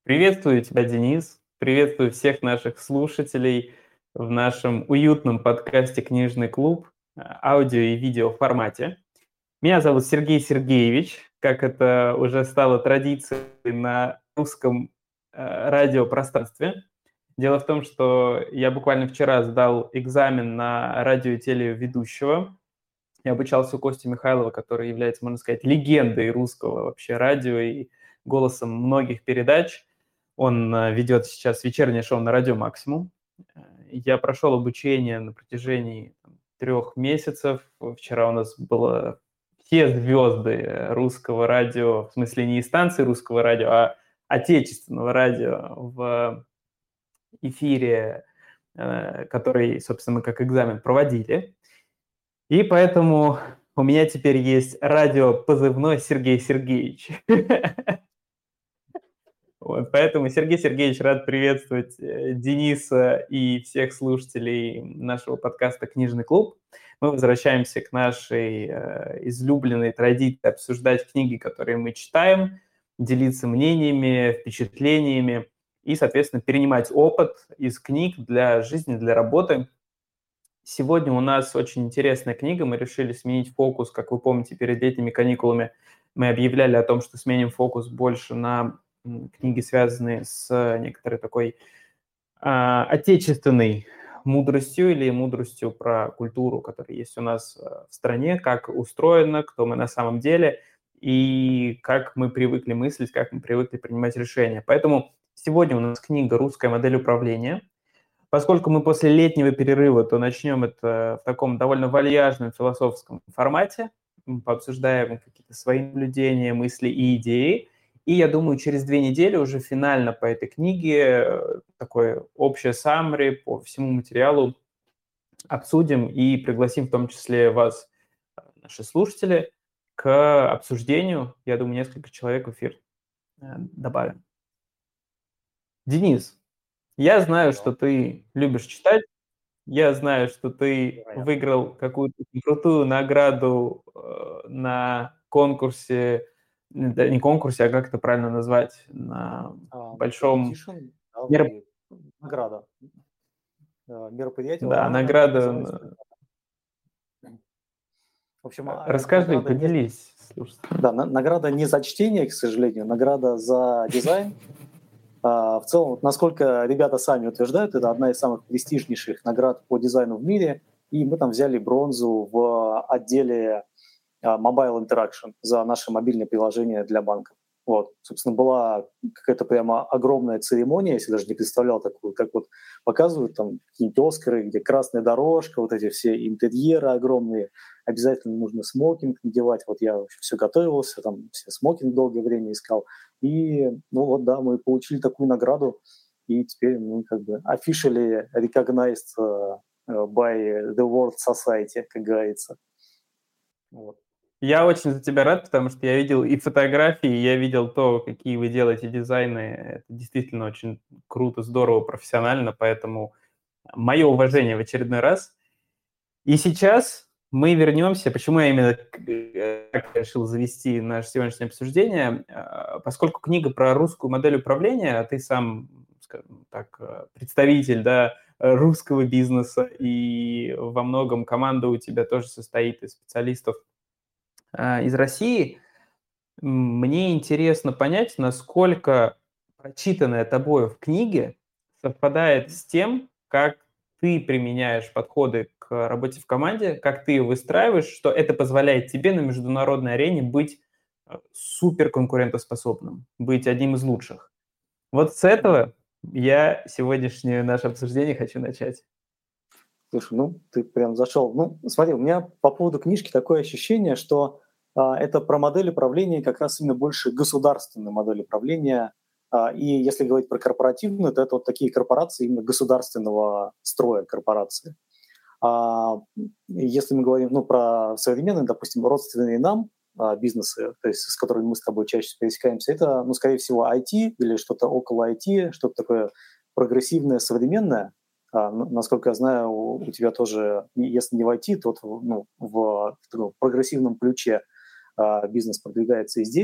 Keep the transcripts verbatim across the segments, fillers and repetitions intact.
Приветствую тебя, Денис. Приветствую всех наших слушателей в нашем уютном подкасте «Книжный клуб» э, аудио и видео формате. Меня зовут Сергей Сергеевич, как это уже стало традицией на русском э, радиопространстве. Дело в том, что я буквально вчера сдал экзамен на радио и телеведущего. Я обучался у Кости Михайлова, который является, можно сказать, легендой русского вообще радио и голосом многих передач. Он э, ведет сейчас вечернее шоу на Радио Максимум. Э, Я прошел обучение на протяжении там, трех месяцев. Вчера у нас было все звезды э, русского радио, в смысле не из станции русского радио, а отечественного радио в эфире, э, который, собственно, мы как экзамен проводили. И поэтому у меня теперь есть радиопозывной Сергей Сергеевич. Вот, поэтому, Сергей Сергеевич, рад приветствовать э, Дениса и всех слушателей нашего подкаста «Книжный клуб». Мы возвращаемся к нашей э, излюбленной традиции обсуждать книги, которые мы читаем, делиться мнениями, впечатлениями и, соответственно, перенимать опыт из книг для жизни, для работы. Сегодня у нас очень интересная книга. Мы решили сменить фокус. Как вы помните, перед летними каникулами мы объявляли о том, что сменим фокус больше на м, книги, связанные с некоторой такой а, отечественной мудростью или мудростью про культуру, которая есть у нас э, в стране, как устроено, кто мы на самом деле и как мы привыкли мыслить, как мы привыкли принимать решения. Поэтому сегодня у нас книга «Русская модель управления». Поскольку мы после летнего перерыва, то начнем это в таком довольно вальяжном философском формате. Мы пообсуждаем какие-то свои наблюдения, мысли и идеи. И я думаю, через две недели уже финально по этой книге э, такое общее summary по всему материалу обсудим и пригласим в том числе вас, э, наши слушатели, к обсуждению. Я думаю, несколько человек в эфир э, добавим. Денис, я знаю, что Да, ты любишь читать. Я знаю, что ты вероятно. выиграл какую-то крутую награду э, на конкурсе, н- да, не конкурсе, а как это правильно назвать, на А, большом competition, да, мероп- вроде награда. Э, мероприятие, да, ладно, как награда. называется? н- В общем, э, а, это Расскажи, награда не, поделись. Слушай. да, на- награда не за чтение, к сожалению, награда за дизайн. А, в целом, вот насколько ребята сами утверждают, это одна из самых престижнейших наград по дизайну в мире, и мы там взяли бронзу в отделе а, Mobile Interaction за наше мобильное приложение для банков. Вот, собственно, была какая-то прямо огромная церемония, если даже не представлял такую, как вот показывают там какие-нибудь Оскары, где красная дорожка, вот эти все интерьеры огромные, обязательно нужно смокинг надевать. Вот я все готовился, там все смокинг долгое время искал. И, ну вот, да, мы получили такую награду, и теперь мы как бы officially recognized uh, by the World Society, как говорится. Вот. Я очень за тебя рад, потому что я видел и фотографии, и я видел то, какие вы делаете дизайны. Это действительно очень круто, здорово, профессионально, поэтому мое уважение в очередной раз. И сейчас мы вернемся, почему я именно э, так решил завести наше сегодняшнее обсуждение, э, поскольку книга про русскую модель управления, а ты сам, скажем так, э, представитель, да, русского бизнеса, и во многом команда у тебя тоже состоит из специалистов э, из России. М, Мне интересно понять, насколько прочитанное тобой в книге совпадает с тем, как ты применяешь подходы к работе в команде, как ты ее выстраиваешь, что это позволяет тебе на международной арене быть э, супер конкурентоспособным, быть одним из лучших. Вот с этого я сегодняшнее наше обсуждение хочу начать. Слушай, ну ты прям зашел. Ну, смотри, у меня по поводу книжки такое ощущение, что а, это про модель управления, как раз именно больше государственную модель управления. А, и если говорить про корпоративную, то это вот такие корпорации именно государственного строя корпорации. А если мы говорим ну, про современные, допустим, родственные нам а, бизнесы, то есть с которыми мы с тобой чаще пересекаемся, это, ну, скорее всего, ай ти или что-то около ай ти, что-то такое прогрессивное, современное. А, н- насколько я знаю, у, у тебя тоже, и если не в ай ти, то вот, в- ну, в, в таком прогрессивном ключе а, бизнес продвигается и здесь.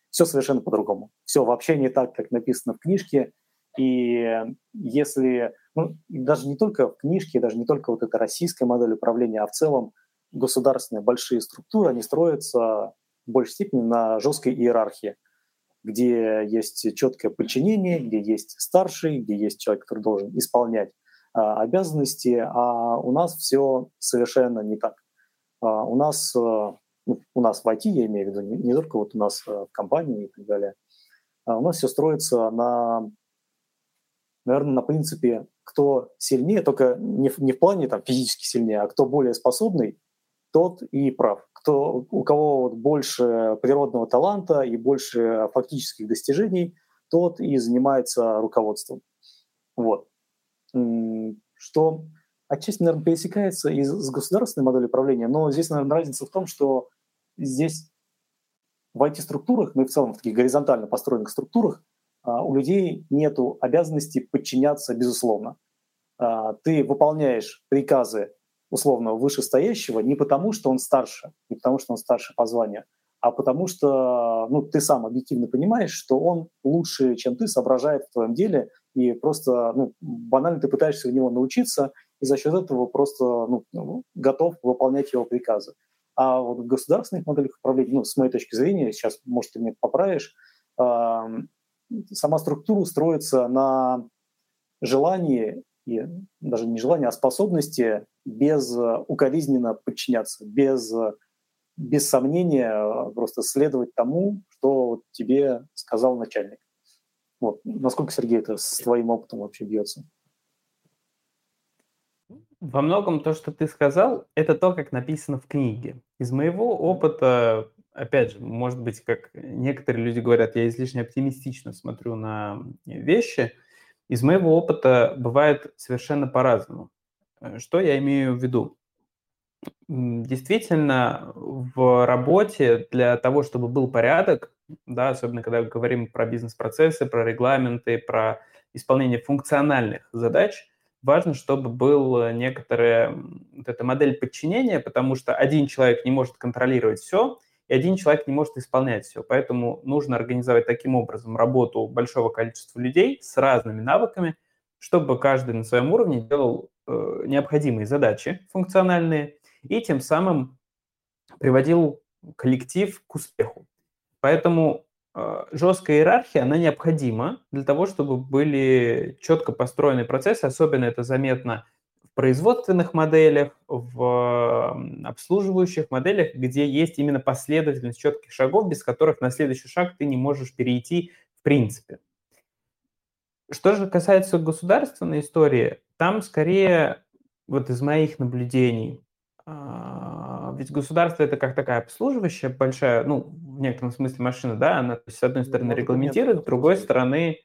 все совершенно по-другому. Все вообще не так, как написано в книжке. И если, ну, даже не только в книжке, даже не только вот эта российская модель управления, а в целом государственные большие структуры, они строятся в большей степени на жесткой иерархии, где есть четкое подчинение, где есть старший, где есть человек, который должен исполнять а, обязанности, а у нас все совершенно не так. А, у нас, а, ну, у нас в ай ти, я имею в виду, не, не только вот у нас а, в компании и так далее, а у нас все строится на, наверное, на принципе, кто сильнее, только не в, не в плане там, физически сильнее, а кто более способный, тот и прав. Кто, у кого вот больше природного таланта и больше фактических достижений, тот и занимается руководством. Вот. Что отчасти, наверное, пересекается и с государственной моделью управления, но здесь, наверное, разница в том, что здесь в ай ти-структурах, ну и в целом в таких горизонтально построенных структурах, у людей нет обязанности подчиняться безусловно. Ты выполняешь приказы условно вышестоящего не потому, что он старше, не потому, что он старше по званию, а потому что ну, ты сам объективно понимаешь, что он лучше, чем ты, соображает в твоем деле, и просто ну, банально ты пытаешься в него научиться, и за счет этого просто ну, готов выполнять его приказы. А вот в государственных моделях управления, ну, с моей точки зрения, сейчас, может, ты меня поправишь, э, сама структура строится на желании, и даже не желание, а способности безукоризненно подчиняться, без, без сомнения просто следовать тому, что тебе сказал начальник. Вот. Насколько, Сергей, это с твоим опытом вообще бьется? Во многом то, что ты сказал, это то, как написано в книге. Из моего опыта, опять же, может быть, как некоторые люди говорят, я излишне оптимистично смотрю на вещи. Из моего опыта бывает совершенно по-разному. Что я имею в виду? Действительно, в работе для того, чтобы был порядок, да, особенно когда говорим про бизнес-процессы, про регламенты, про исполнение функциональных задач, важно, чтобы была некоторая вот эта модель подчинения, потому что один человек не может контролировать все, и один человек не может исполнять все. Поэтому нужно организовать таким образом работу большого количества людей с разными навыками, чтобы каждый на своем уровне делал э, необходимые задачи функциональные и тем самым приводил коллектив к успеху. Поэтому э, жесткая иерархия, она необходима для того, чтобы были четко построены процессы, особенно это заметно в производственных моделях, в обслуживающих моделях, где есть именно последовательность четких шагов, без которых на следующий шаг ты не можешь перейти в принципе. Что же касается государственной истории, там скорее, вот из моих наблюдений, ведь государство это как такая обслуживающая большая, ну, в некотором смысле машина, да, она, то есть, с одной стороны, Может быть, нет, регламентирует, с другой стороны,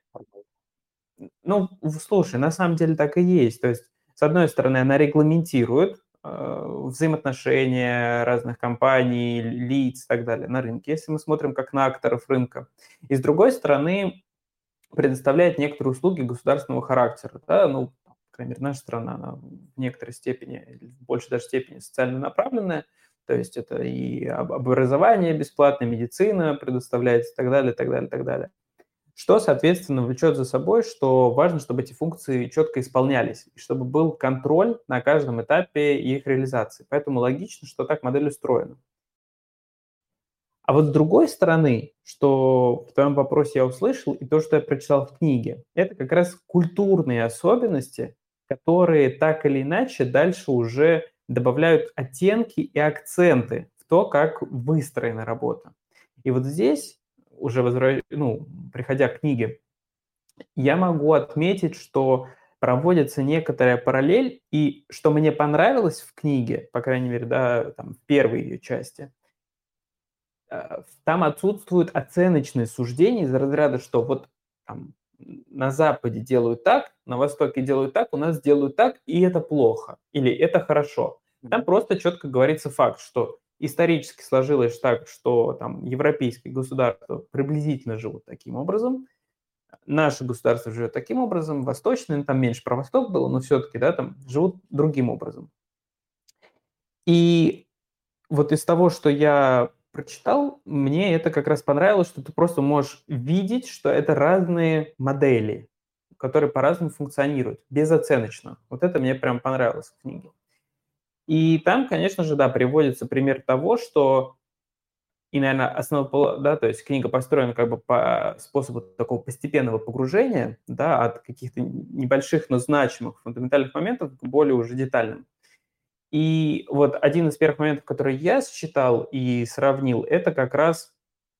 ну, слушай, на самом деле так и есть. То есть, с одной стороны, она регламентирует э, взаимоотношения разных компаний, лиц и так далее на рынке, если мы смотрим как на акторов рынка. И с другой стороны, предоставляет некоторые услуги государственного характера. Да? Ну, по крайней мере, наша страна, она в некоторой степени, в большей даже степени социально направленная, то есть это и образование бесплатное, медицина предоставляется и так далее, и так далее, и так далее. Что, соответственно, влечет за собой, что важно, чтобы эти функции четко исполнялись, и чтобы был контроль на каждом этапе их реализации. Поэтому логично, что так модель устроена. А вот с другой стороны, что в твоем вопросе я услышал, и то, что я прочитал в книге, это как раз культурные особенности, которые так или иначе дальше уже добавляют оттенки и акценты в то, как выстроена работа. И вот здесь, уже возра... ну, приходя к книге, я могу отметить, что проводится некоторая параллель, и что мне понравилось в книге, по крайней мере, да, там, в первой ее части, там отсутствуют оценочные суждения из разряда, что вот там, на Западе делают так, на Востоке делают так, у нас делают так, и это плохо, или это хорошо. Там просто четко говорится факт, что исторически сложилось так, что там европейские государства приблизительно живут таким образом, наше государство живет таким образом, восточное, там меньше про Восток было, но все-таки, да, там живут другим образом. И вот из того, что я прочитал, мне это как раз понравилось, что ты просто можешь видеть, что это разные модели, которые по-разному функционируют, безоценочно. Вот это мне прям понравилось в книге. И там, конечно же, да, приводится пример того, что, и, наверное, основа, да, то есть книга построена как бы по способу такого постепенного погружения, да, от каких-то небольших, но значимых фундаментальных моментов к более уже детальным. И вот один из первых моментов, который я считал и сравнил, это как раз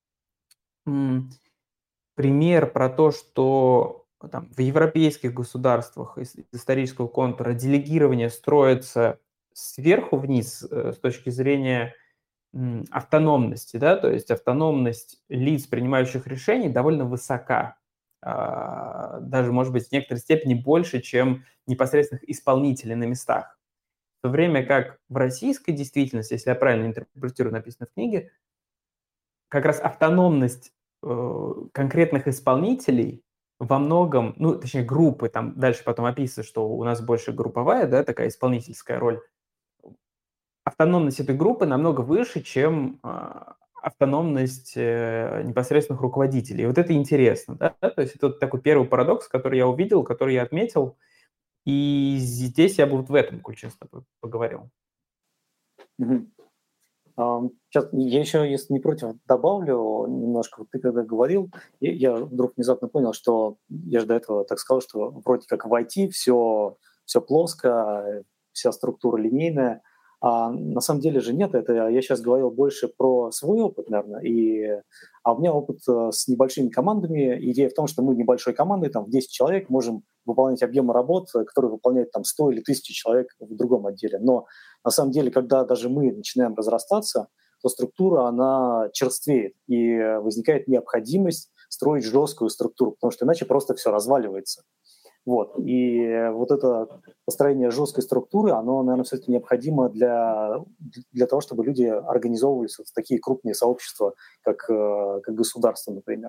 м, пример про то, что там, в европейских государствах из исторического контура делегирование строится сверху вниз э, с точки зрения м, автономности, да, то есть автономность лиц, принимающих решений, довольно высока. А, даже, может быть, в некоторой степени больше, чем непосредственных исполнителей на местах. В то время как в российской действительности, если я правильно интерпретирую написанное в книге, как раз автономность э, конкретных исполнителей во многом, ну, точнее, группы, там дальше потом описывается, что у нас больше групповая, да, такая исполнительская роль. Автономность этой группы намного выше, чем а, автономность э, непосредственных руководителей. И вот это интересно, да, то есть это вот такой первый парадокс, который я увидел, который я отметил, и здесь я бы вот в этом ключе с тобой поговорил. Мгм. Ам, Сейчас я еще, если не против, добавлю немножко. Вот ты когда говорил, я, я вдруг внезапно понял, что я же до этого так сказал, что вроде как в ай ти все, все плоско, вся структура линейная. А на самом деле же нет, это я сейчас говорил больше про свой опыт, наверное, и, а у меня опыт э, с небольшими командами. Идея в том, что мы небольшой командой, там, в десять человек можем выполнять объемы работ, э, которые выполняют там сто или тысяча человек в другом отделе. Но на самом деле, когда даже мы начинаем разрастаться, то структура, она черствеет, и возникает необходимость строить жесткую структуру, потому что иначе просто все разваливается. Вот. И вот это построение жесткой структуры, оно, наверное, все-таки необходимо для, для того, чтобы люди организовывались в такие крупные сообщества, как, э, как государство, например.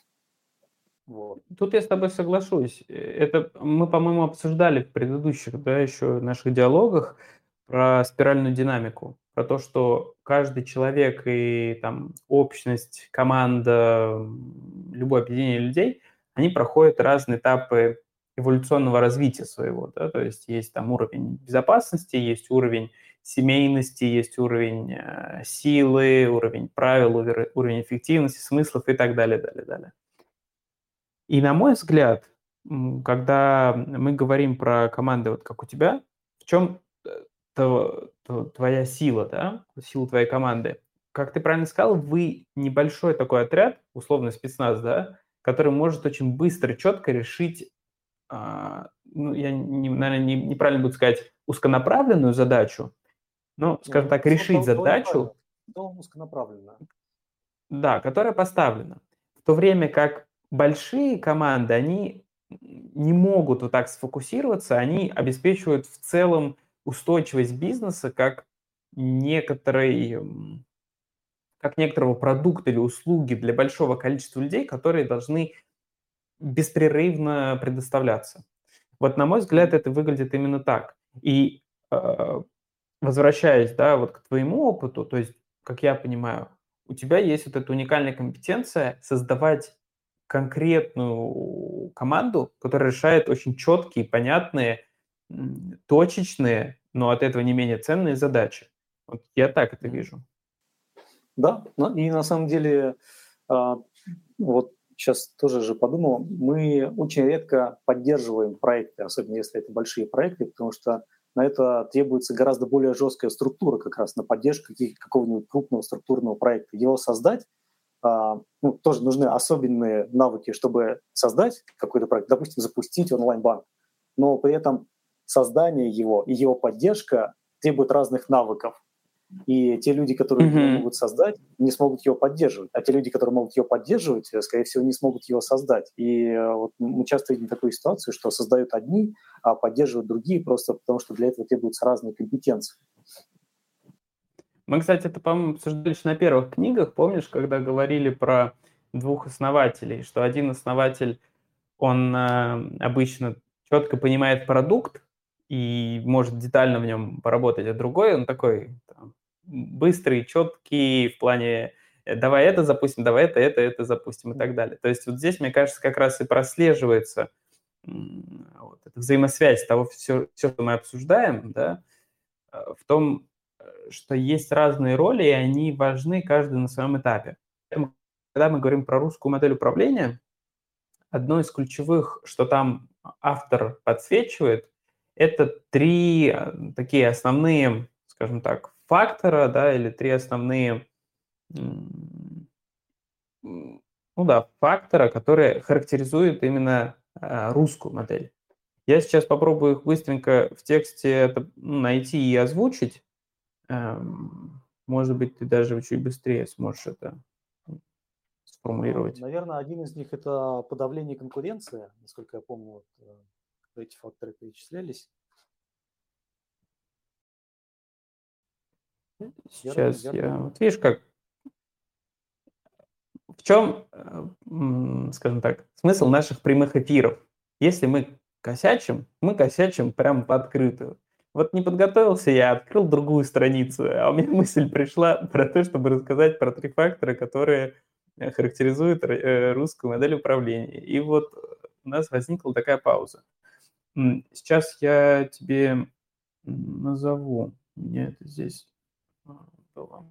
Вот. Тут я с тобой соглашусь. Э, Это мы, по-моему, обсуждали в предыдущих, да, еще наших диалогах про спиральную динамику, про то, что каждый человек и там общность, команда, м, любое объединение людей, они проходят разные этапы эволюционного развития своего, да, то есть есть там уровень безопасности, есть уровень семейности, есть уровень э, силы, уровень правил, увер- уровень эффективности, смыслов и так далее, далее, далее. И на мой взгляд, м, когда мы говорим про команды, вот как у тебя, в чем э, то- то- твоя сила, да, сила твоей команды? Как ты правильно сказал, вы небольшой такой отряд, условно спецназ, да, который может очень быстро, четко решить, а, ну, я, не, наверное, не- неправильно буду сказать, узконаправленную задачу, но, скажем Ну, так, в целом решить довольно правильно, задачу, в целом узконаправленно. да, которая поставлена. В то время как большие команды, они не могут вот так сфокусироваться, они обеспечивают в целом устойчивость бизнеса как некоторый, м, как некоторого продукта или услуги для большого количества людей, которые должны беспрерывно предоставляться. Вот, на мой взгляд, это выглядит именно так. И э, возвращаясь, да, вот к твоему опыту, то есть, как я понимаю, у тебя есть вот эта уникальная компетенция создавать конкретную команду, которая решает очень четкие, понятные, м, точечные, но от этого не менее ценные задачи. Вот я так это Мгм. вижу. Да, на- и на самом деле а, вот сейчас тоже же подумал, мы очень редко поддерживаем проекты, особенно если это большие проекты, потому что на это требуется гораздо более жесткая структура как раз на поддержку каких- какого-нибудь крупного структурного проекта. Его создать, а, ну, тоже нужны особенные навыки, чтобы создать какой-то проект, допустим, запустить онлайн-банк, но при этом создание его и его поддержка требуют разных навыков. И те люди, которые его Мгм. могут создать, не смогут его поддерживать. А те люди, которые могут ее поддерживать, э, скорее всего, не смогут его создать. И э, вот мы часто видим такую ситуацию, что создают одни, а поддерживают другие, просто потому что для этого требуются разные компетенции. Мы, кстати, это, по-моему, обсуждали еще на первых книгах, помнишь, когда говорили про двух основателей, что один основатель, он э, обычно четко понимает продукт и может детально в нем поработать, а другой, он такой там, быстрый, четкий в плане давай это запустим, давай это, это, это запустим и так далее. То есть вот здесь, мне кажется, как раз и прослеживается вот эта взаимосвязь того, все, все, что мы обсуждаем, да, в том, что есть разные роли, и они важны каждый на своем этапе. Поэтому, когда мы говорим про русскую модель управления, одно из ключевых, что там автор подсвечивает, это три такие основные, скажем так, фактора, да, или три основные, ну да, фактора, которые характеризуют именно русскую модель. Я сейчас попробую их быстренько в тексте это, ну, найти и озвучить. Может быть, ты даже чуть быстрее сможешь это сформулировать. Наверное, один из них – это подавление конкуренции. Насколько я помню, вот, эти факторы перечислялись. Сейчас верно, я... Вот видишь, как... В чем, скажем так, смысл наших прямых эфиров? Если мы косячим, мы косячим прямо в открытую. Вот не подготовился я, открыл другую страницу, а у меня мысль пришла про то, чтобы рассказать про три фактора, которые характеризуют русскую модель управления. И вот у нас возникла такая пауза. Сейчас я тебе назову. У меня это здесь было.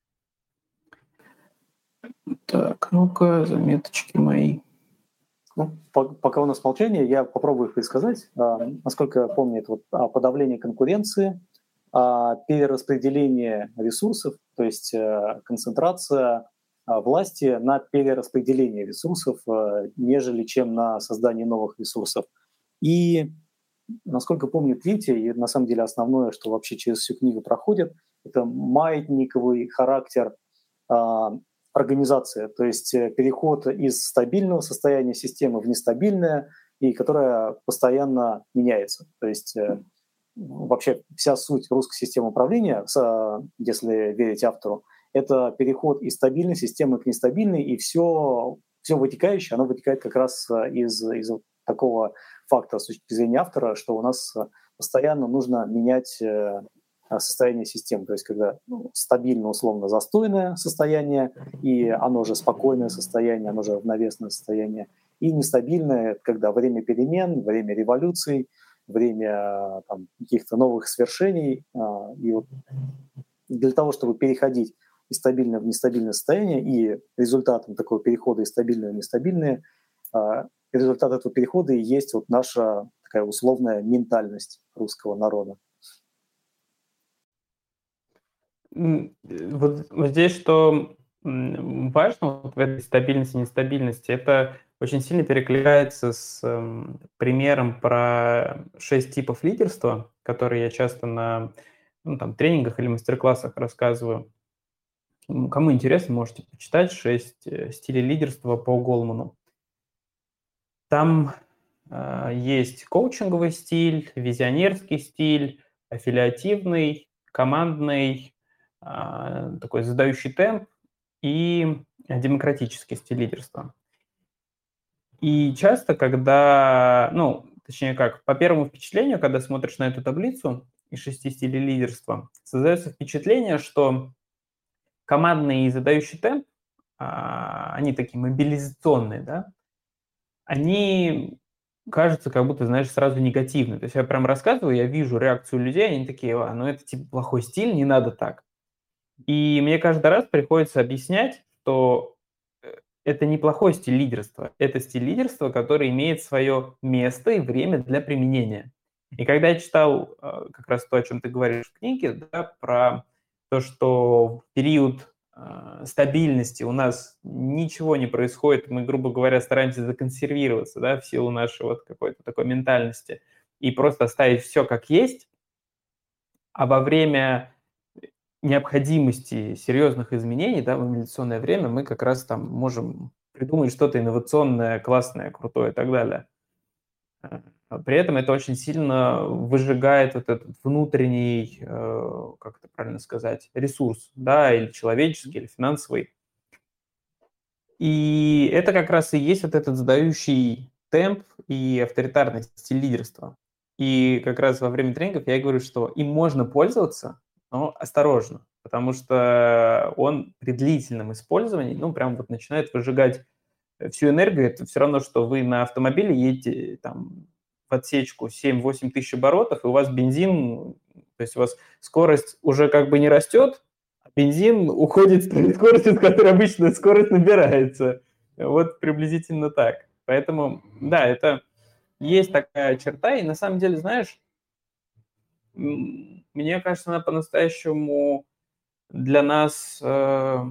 Так, ну-ка, заметочки мои. Ну, пока у нас молчание, я попробую их пересказать. Насколько я помню, это вот подавление конкуренции, перераспределение ресурсов, то есть концентрация власти на перераспределение ресурсов, нежели чем на создание новых ресурсов. И, насколько помню, третье, и на самом деле основное, что вообще через всю книгу проходит, это маятниковый характер организация, то есть переход из стабильного состояния системы в нестабильное, и которая постоянно меняется. То есть вообще вся суть русской системы управления, если верить автору, это переход из стабильной системы к нестабильной, и все, все вытекающее, оно вытекает как раз из, из такого фактора с точки зрения автора, что у нас постоянно нужно менять состояние системы, то есть когда ну, стабильно, условно, застойное состояние, и оно же спокойное состояние, оно же равновесное состояние, и нестабильное, когда время перемен, время революций, время там, каких-то новых свершений. И вот для того, чтобы переходить из стабильного в нестабильное состояние, и результатом такого перехода из стабильного в нестабильное, результат этого перехода и есть вот наша такая условная ментальность русского народа. Вот, вот здесь что важно вот в этой стабильности и нестабильности, это очень сильно перекликается с э, примером про шесть типов лидерства, которые я часто на ну, там, тренингах или мастер-классах рассказываю. Кому интересно, можете почитать шесть стилей лидерства по Голману. Там э, есть коучинговый стиль, визионерский стиль, аффилиативный, командный, такой задающий темп и демократический стиль лидерства. И часто, когда, ну, точнее как, по первому впечатлению, когда смотришь на эту таблицу из шести стилей лидерства, создается впечатление, что командный и задающий темп, они такие мобилизационные, да, они кажутся как будто, знаешь, сразу негативные. То есть я прям рассказываю, я вижу реакцию людей, они такие, а, ну это типа плохой стиль, не надо так. И мне каждый раз приходится объяснять, что это неплохой стиль лидерства. Это стиль лидерства, который имеет свое место и время для применения. И когда я читал как раз то, о чем ты говоришь в книге, да, про то, что в период э, стабильности у нас ничего не происходит, мы, грубо говоря, стараемся законсервироваться, да, в силу нашей вот какой-то такой ментальности и просто оставить все как есть, а во время необходимости серьезных изменений, да, в инвестиционное время мы как раз там можем придумать что-то инновационное, классное, крутое и так далее. При этом это очень сильно выжигает вот этот внутренний, как это правильно сказать, ресурс, да, или человеческий, или финансовый. И это как раз и есть вот этот задающий темп и авторитарный стиль лидерства. И как раз во время тренингов я говорю, что им можно пользоваться, но осторожно, потому что он при длительном использовании, ну, прям вот начинает выжигать всю энергию. Это все равно, что вы на автомобиле едете там в отсечку семь-восемь тысяч оборотов, и у вас бензин, то есть у вас скорость уже как бы не растет, а бензин уходит с той скоростью, с которой обычно скорость набирается. Вот приблизительно так. Поэтому, да, это есть такая черта, и на самом деле, знаешь, мне кажется, она по-настоящему для нас э,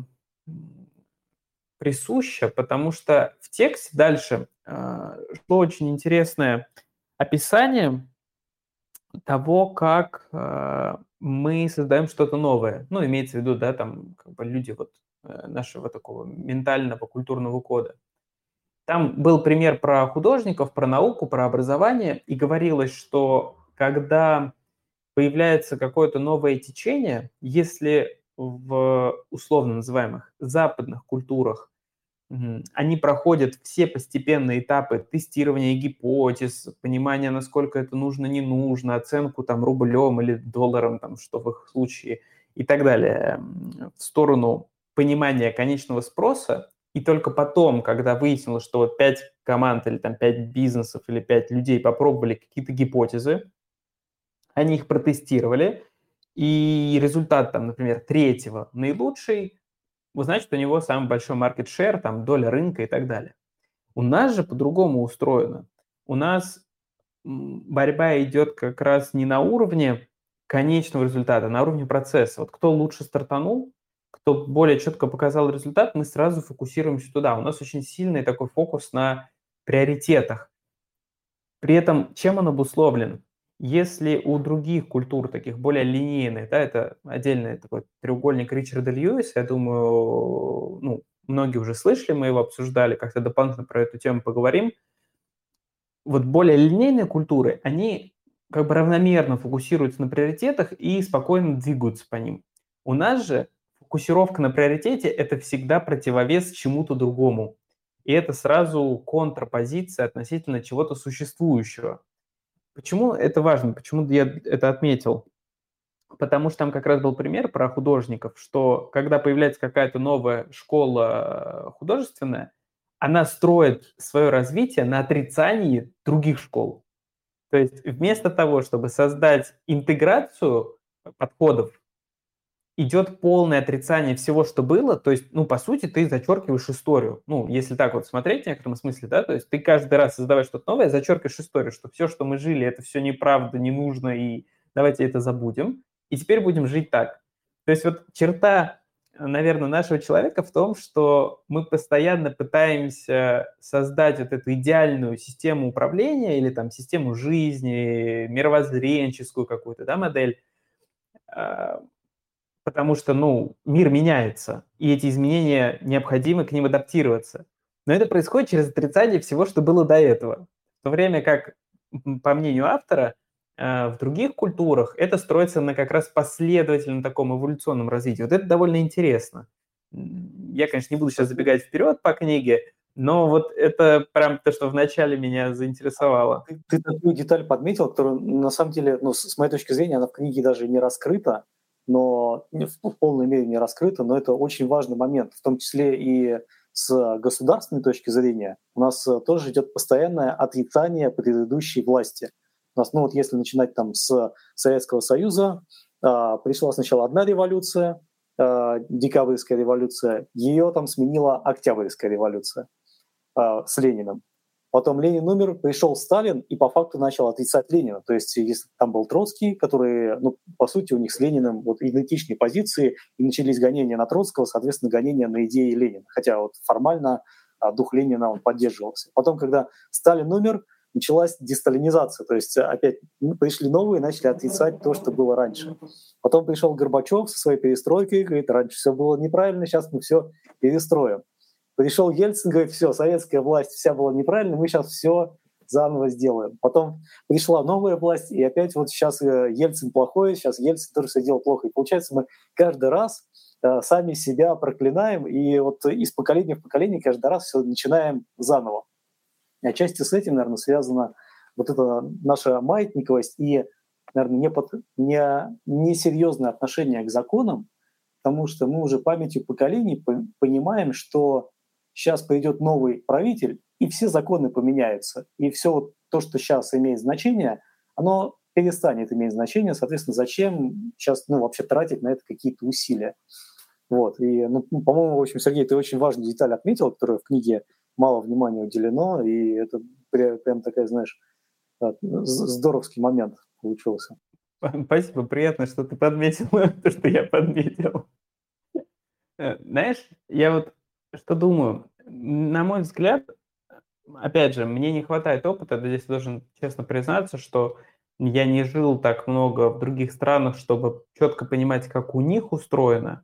присуща, потому что в тексте дальше э, шло очень интересное описание того, как э, мы создаем что-то новое. Ну, имеется в виду, да, там как бы люди вот э, нашего такого ментального культурного кода. Там был пример про художников, про науку, про образование, и говорилось, что когда появляется какое-то новое течение, если в условно называемых западных культурах мгм, они проходят все постепенные этапы тестирования гипотез, понимания, насколько это нужно, не нужно, оценку там рублем или долларом, там, что в их случае, и так далее, м, в сторону понимания конечного спроса, и только потом, когда выяснилось, что вот пять команд или там пять бизнесов или пять людей попробовали какие-то гипотезы, они их протестировали, и результат, там, например, третьего наилучший, вы знаете, что у него самый большой market share, там, доля рынка и так далее. У нас же по-другому устроено. У нас м, борьба идет как раз не на уровне конечного результата, а на уровне процесса. Вот кто лучше стартанул, кто более четко показал результат, мы сразу фокусируемся туда. У нас очень сильный такой фокус на приоритетах. При этом чем он обусловлен? Если у других культур, таких более линейных, да, это отдельный такой треугольник Ричарда Льюиса, я думаю, ну, многие уже слышали, мы его обсуждали, как-то дополнительно про эту тему поговорим. Вот более линейные культуры, они как бы равномерно фокусируются на приоритетах и спокойно двигаются по ним. У нас же фокусировка на приоритете – это всегда противовес чему-то другому. И это сразу контрпозиция относительно чего-то существующего. Почему это важно? Почему я это отметил? Потому что там как раз был пример про художников, что когда появляется какая-то новая школа э, художественная, она строит свое развитие на отрицании других школ. То есть вместо того, чтобы создать интеграцию подходов, идет полное отрицание всего, что было. То есть, ну, по сути, ты зачеркиваешь историю. Ну, если так вот смотреть в некотором смысле, да, то есть ты каждый раз создавая что-то новое, зачеркиваешь историю, что все, что мы жили, это все неправда, не нужно, и давайте это забудем. И теперь будем жить так. То есть вот черта, наверное, нашего человека в том, что мы постоянно пытаемся создать вот эту идеальную систему управления или там систему жизни, мировоззренческую какую-то, да, модель, а, потому что, ну, мир меняется, и эти изменения необходимо к ним адаптироваться. Но это происходит через отрицание всего, что было до этого. В то время как, м, по мнению автора, э, в других культурах это строится на как раз последовательном таком эволюционном развитии. Вот это довольно интересно. М, Я, конечно, не буду сейчас забегать вперед по книге, но вот это прям то, что вначале меня заинтересовало. Ты, ты такую деталь подметил, которую на самом деле, ну, с, с моей точки зрения, она в книге даже не раскрыта, но не в, в полной мере не раскрыта, но это очень важный момент, в том числе и с государственной точки зрения. У нас э, тоже идет постоянное отрицание предыдущей власти. У нас, ну вот если начинать там с Советского Союза, э, пришла сначала одна революция, э, декабрьская революция, ее там сменила Октябрьская революция э, с Лениным. Потом Ленин умер, пришел Сталин и по факту начал отрицать Ленина. То есть если там был Троцкий, который, ну, по сути, у них с Лениным вот идентичные позиции, и начались гонения на Троцкого, соответственно, гонения на идеи Ленина. Хотя вот формально а, дух Ленина он поддерживался. Потом, когда Сталин умер, началась десталинизация. То есть опять ну, пришли новые и начали отрицать то, что было раньше. Потом пришел Горбачев со своей перестройкой и говорит, раньше все было неправильно, сейчас мы все перестроим. Пришел Ельцин, говорит, все, советская власть вся была неправильно, мы сейчас все заново сделаем. Потом пришла новая власть, и опять вот сейчас Ельцин плохой, сейчас Ельцин тоже все делал плохо. И получается, мы каждый раз э, сами себя проклинаем, и вот из поколения в поколение каждый раз все начинаем заново. И отчасти с этим, наверное, связана вот эта наша маятниковость и, наверное, не под, не, несерьезное отношение к законам, потому что мы уже памятью поколений понимаем, что сейчас придет новый правитель, и все законы поменяются. И все вот то, что сейчас имеет значение, оно перестанет иметь значение. Соответственно, зачем сейчас ну, вообще тратить на это какие-то усилия? Вот. И, ну, по-моему, в общем, Сергей, ты очень важную деталь отметил, которая в книге мало внимания уделено, и это прям такая, знаешь, здоровский момент получился. Спасибо, приятно, что ты подметил то, что я подметил. Знаешь, я вот что думаю, на мой взгляд, опять же, мне не хватает опыта, здесь должен честно признаться, что я не жил так много в других странах, чтобы четко понимать, как у них устроено.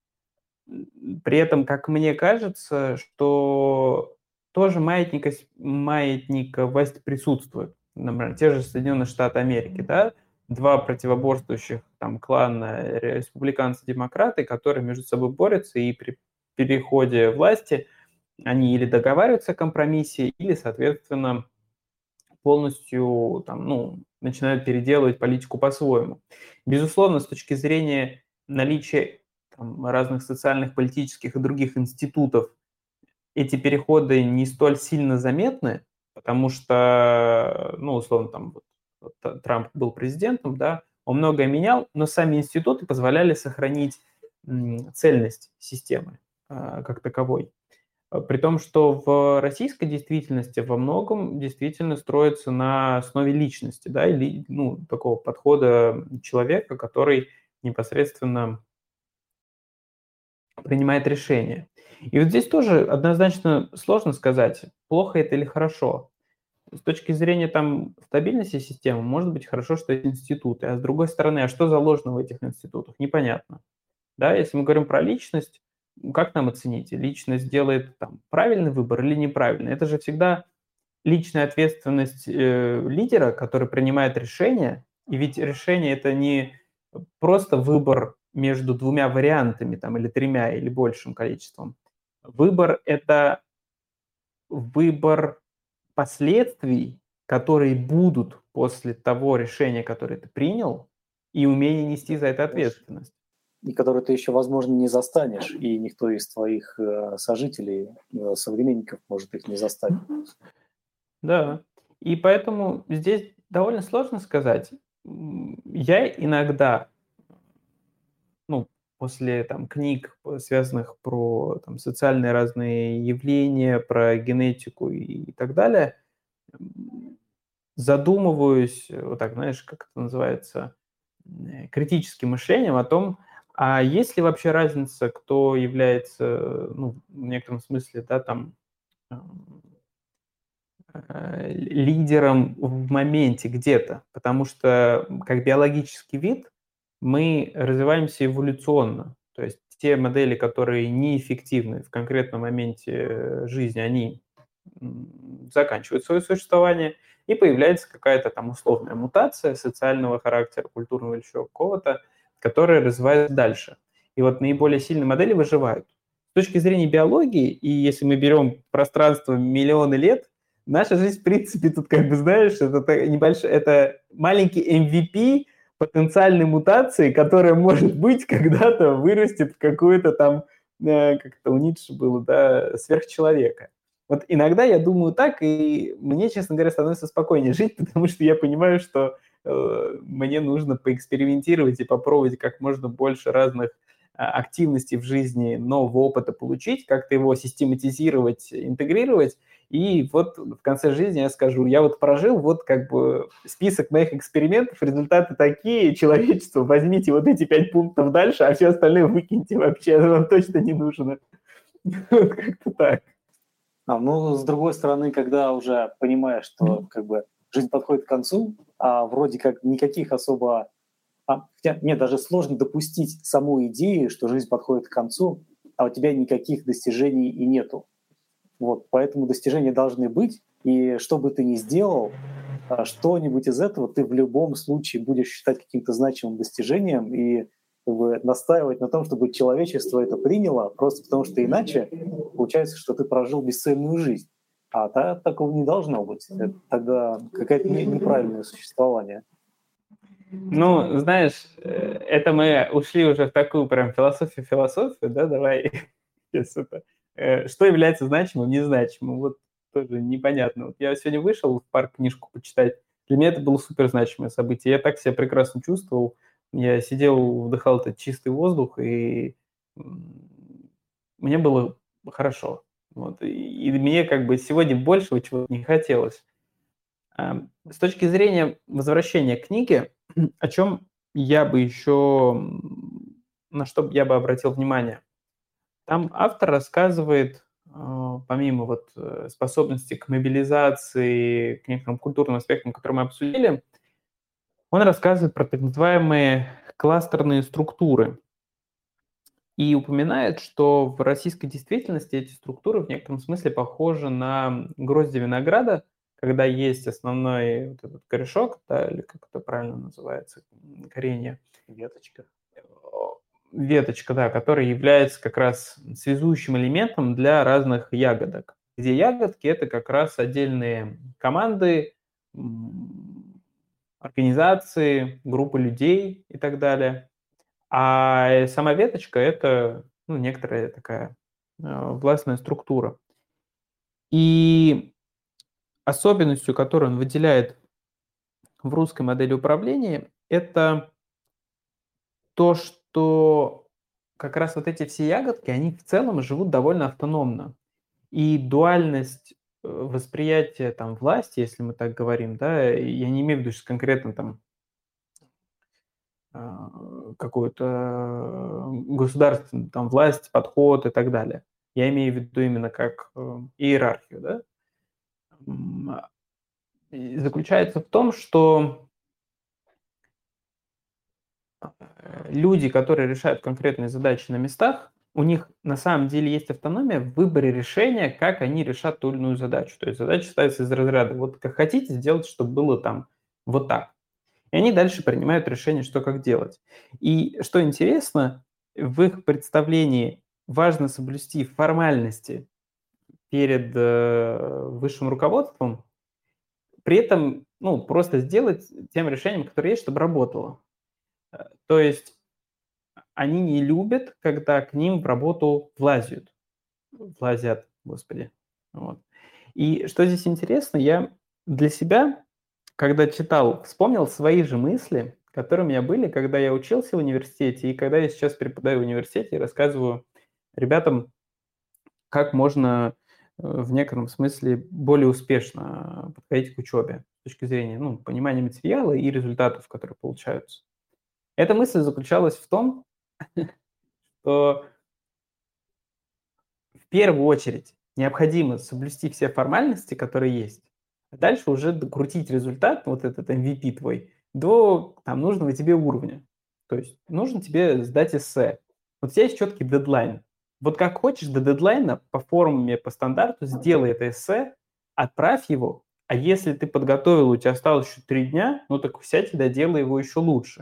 При этом, как мне кажется, что тоже маятниковость, маятниковость присутствует. Например, те же Соединенные Штаты Америки, да, два противоборствующих там клана республиканцы-демократы, которые между собой борются, и при переходе власти они или договариваются о компромиссе, или, соответственно, полностью там, ну, начинают переделывать политику по-своему. Безусловно, с точки зрения наличия там, разных социальных, политических и других институтов, эти переходы не столь сильно заметны, потому что, ну, условно, там, вот, Трамп был президентом, да, он многое менял, но сами институты позволяли сохранить м, цельность системы э, как таковой. При том, что в российской действительности во многом действительно строится на основе личности, да, или ну, такого подхода человека, который непосредственно принимает решения. И вот здесь тоже однозначно сложно сказать, плохо это или хорошо. С точки зрения там стабильности системы, может быть хорошо, что есть институты, а с другой стороны, а что заложено в этих институтах, непонятно. Да, если мы говорим про личность, как нам оценить, личность делает там, правильный выбор или неправильный? Это же всегда личная ответственность э, лидера, который принимает решение. И ведь решение это не просто выбор между двумя вариантами там, или тремя, или большим количеством. Выбор – это выбор последствий, которые будут после того решения, которое ты принял, и умение нести за это ответственность. И который ты еще, возможно, не застанешь, и никто из твоих э, сожителей, э, современников может их не застать. Да, и поэтому здесь довольно сложно сказать. М, Я иногда, ну, после там книг, э, связанных про там, социальные разные явления, про генетику и так далее, м, задумываюсь, э, вот так, знаешь, как это называется, э, критическим мышлением о том, а есть ли вообще разница, кто является, э, ну, в некотором смысле, да, там, ам, э, лидером в моменте где-то, потому что м, как биологический вид мы развиваемся эволюционно. То есть те модели, которые неэффективны в конкретном моменте э, жизни, они м, заканчивают свое существование, и появляется какая-то там условная мутация социального характера, культурного или еще какого-то, которая развивается дальше. И вот наиболее сильные модели выживают. С точки зрения биологии, и если мы берем пространство миллионы лет, наша жизнь, в принципе, тут, как бы, знаешь, это небольшой, это маленький эм ви пи потенциальной мутации, которая, может быть, когда-то вырастет в какую-то там, э, как это у Ницше было, да, сверхчеловека. Вот иногда я думаю так, и мне, честно говоря, становится спокойнее жить, потому что я понимаю, что э, мне нужно поэкспериментировать и попробовать как можно больше разных а, активностей в жизни, нового опыта получить, как-то его систематизировать, интегрировать, и вот в конце жизни я скажу, я вот прожил вот как бы список моих экспериментов, результаты такие, человечество, возьмите вот эти пять пунктов дальше, а все остальное выкиньте вообще, это вам точно не нужно. Вот как-то так. А, ну, с другой стороны, когда уже понимаешь, что как бы жизнь подходит к концу, а вроде как никаких особо... А, хотя, нет, даже сложно допустить саму идею, что жизнь подходит к концу, а у тебя никаких достижений и нету. Вот, поэтому достижения должны быть, и что бы ты ни сделал, а, что-нибудь из этого ты в любом случае будешь считать каким-то значимым достижением и как бы настаивать на том, чтобы человечество это приняло, просто потому что иначе получается, что ты прожил бесцельную жизнь. А та, такого не должно быть. Это тогда какое-то не- неправильное существование. Ну, знаешь, это мы ушли уже в такую прям философию-философию, да, давай. Что является значимым, незначимым? Вот тоже непонятно. Вот я сегодня вышел в парк книжку почитать, для меня это было супер значимое событие. Я так себя прекрасно чувствовал. Я сидел, вдыхал этот чистый воздух, и мне было хорошо. Вот. И мне как бы сегодня большего чего-то не хотелось. С точки зрения возвращения к книге, о чем я бы еще, на что я бы обратил внимание. Там автор рассказывает, помимо вот способности к мобилизации, к некоторым культурным аспектам, которые мы обсудили, он рассказывает про так называемые кластерные структуры. И упоминает, что в российской действительности эти структуры в некотором смысле похожи на грозди винограда, когда есть основной вот этот корешок, да, или как это правильно называется, коренья. Веточка. Веточка, да, которая является как раз связующим элементом для разных ягодок. Где ягодки – это как раз отдельные команды, организации, группы людей и так далее. А сама веточка – это ну, некоторая такая э, властная структура. И особенностью, которую он выделяет в русской модели управления, это то, что как раз вот эти все ягодки, они в целом живут довольно автономно. И дуальность э, восприятия там, власти, если мы так говорим, да, я не имею в виду сейчас конкретно там какую-то государственную там, власть, подход и так далее. Я имею в виду именно как э, иерархию. Да? И заключается в том, что люди, которые решают конкретные задачи на местах, у них на самом деле есть автономия в выборе решения, как они решат ту или иную задачу. То есть задача ставится из разряда, вот как хотите сделать, чтобы было там вот так. И они дальше принимают решение, что как делать. И что интересно, в их представлении важно соблюсти формальности перед э, высшим руководством, при этом ну, просто сделать тем решением, которое есть, чтобы работало. То есть они не любят, когда к ним в работу влазят. Влазят, господи. Вот. И что здесь интересно, я для себя, когда читал, вспомнил свои же мысли, которые у меня были, когда я учился в университете и когда я сейчас преподаю в университете и рассказываю ребятам, как можно в некотором смысле более успешно подходить к учебе с точки зрения ну, понимания материала и результатов, которые получаются. Эта мысль заключалась в том, что в первую очередь необходимо соблюсти все формальности, которые есть, а дальше уже докрутить результат, вот этот эм ви пи твой, до там, нужного тебе уровня. То есть нужно тебе сдать эссе. Вот у тебя есть четкий дедлайн. Вот как хочешь до дедлайна по формуме, по стандарту сделай это эссе, отправь его, а если ты подготовил, у тебя осталось еще три дня, ну так сядь и доделай его еще лучше.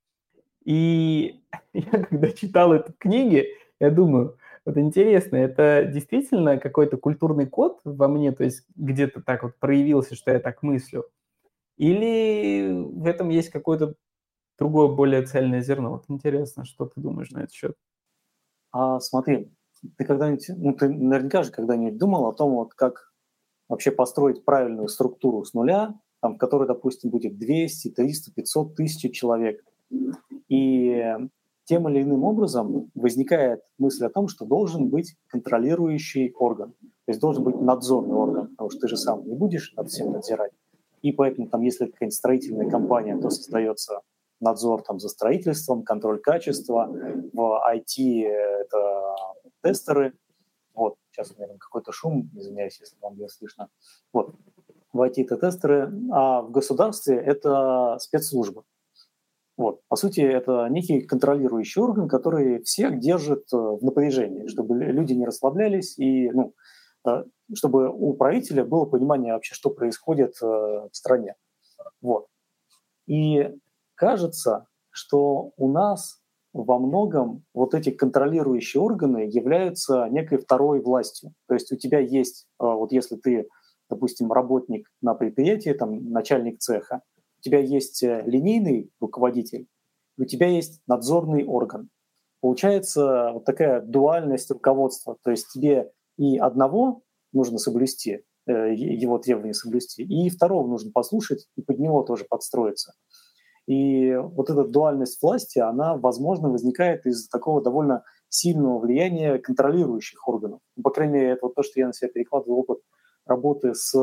И я когда читал эту книгу, я думаю, вот интересно, это действительно какой-то культурный код во мне, то есть где-то так вот проявился, что я так мыслю? Или в этом есть какое-то другое, более цельное зерно? Вот интересно, что ты думаешь на этот счет? А смотри, ты когда-нибудь, ну ты наверняка же когда-нибудь думал о том, вот как вообще построить правильную структуру с нуля, там, в которой, допустим, будет двести, триста, пятьсот тысяч человек. И тем или иным образом возникает мысль о том, что должен быть контролирующий орган, то есть должен быть надзорный орган, потому что ты же сам не будешь над всем надзирать. И поэтому там, если это какая-нибудь строительная компания, то создается надзор там, за строительством, контроль качества, в ай ти это тестеры. Вот, сейчас у меня какой-то шум, извиняюсь, если вам не слышно. Вот, в ай ти это тестеры, а в государстве это спецслужбы. Вот. По сути, это некий контролирующий орган, который всех держит в напряжении, чтобы люди не расслаблялись и ну, чтобы у правителя было понимание вообще, что происходит в стране. Вот. И кажется, что у нас во многом вот эти контролирующие органы являются некой второй властью. То есть у тебя есть, вот если ты, допустим, работник на предприятии, там, начальник цеха, У тебя есть линейный руководитель, у тебя есть надзорный орган. Получается вот такая дуальность руководства. То есть тебе и одного нужно соблюсти, его требования соблюсти, и второго нужно послушать и под него тоже подстроиться. И вот эта дуальность власти, она, возможно, возникает из такого довольно сильного влияния контролирующих органов. По крайней мере, это вот то, что я на себя перекладываю опыт работы с,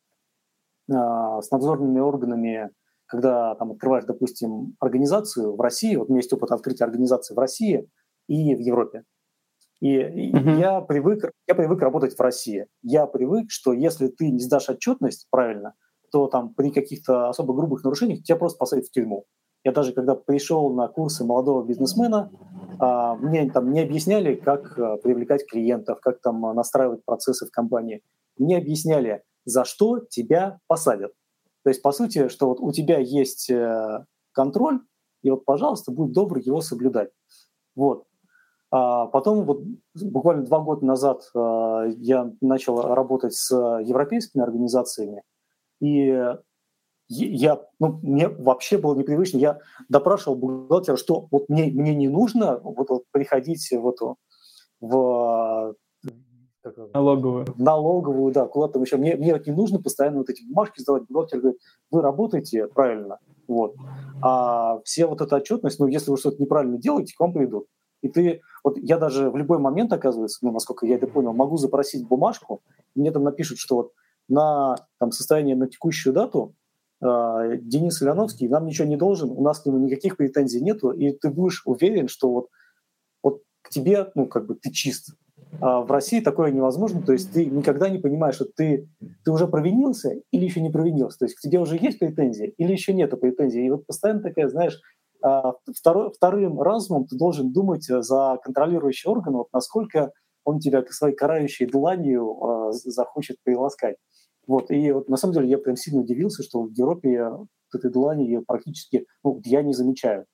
с надзорными органами, когда там открываешь, допустим, организацию в России. Вот у меня есть опыт открытия организации в России и в Европе. И mm-hmm. я, привык, я привык работать в России. Я привык, что если ты не сдашь отчетность правильно, то там при каких-то особо грубых нарушениях тебя просто посадят в тюрьму. Я даже когда пришел на курсы молодого бизнесмена, а, мне там не объясняли, как а, привлекать клиентов, как там а, настраивать процессы в компании. Мне объясняли, за что тебя посадят. То есть, по сути, что вот у тебя есть э, контроль, и вот, пожалуйста, будь добр его соблюдать. Вот. А потом, вот, буквально два года назад э, я начал работать с европейскими организациями, и я, ну, мне вообще было непривычно. Я допрашивал бухгалтера, что вот мне, мне не нужно вот, вот, приходить в эту в налоговую. В налоговую, да, куда-то еще. Мне, мне вот не нужно постоянно вот эти бумажки сдавать. Бухгалтер говорит, вы работаете правильно, вот. А все вот эта отчетность, ну, если вы что-то неправильно делаете, к вам придут. И ты, вот я даже в любой момент, оказывается, ну, насколько я это понял, могу запросить бумажку, и мне там напишут, что вот на там, состояние на текущую дату э, Денис Ильяновский нам ничего не должен, у нас к нему никаких претензий нету, и ты будешь уверен, что вот, вот к тебе, ну, как бы ты чист. А в России такое невозможно, то есть ты никогда не понимаешь, что ты, ты уже провинился или еще не провинился, то есть к тебе уже есть претензии или еще нету претензий. И вот постоянно такая, знаешь, второй, вторым разумом ты должен думать за контролирующий орган, вот насколько он тебя своей карающей дланью захочет приласкать. Вот, и вот на самом деле я прям сильно удивился, что в Европе этой длани ее практически, ну, я не замечаю.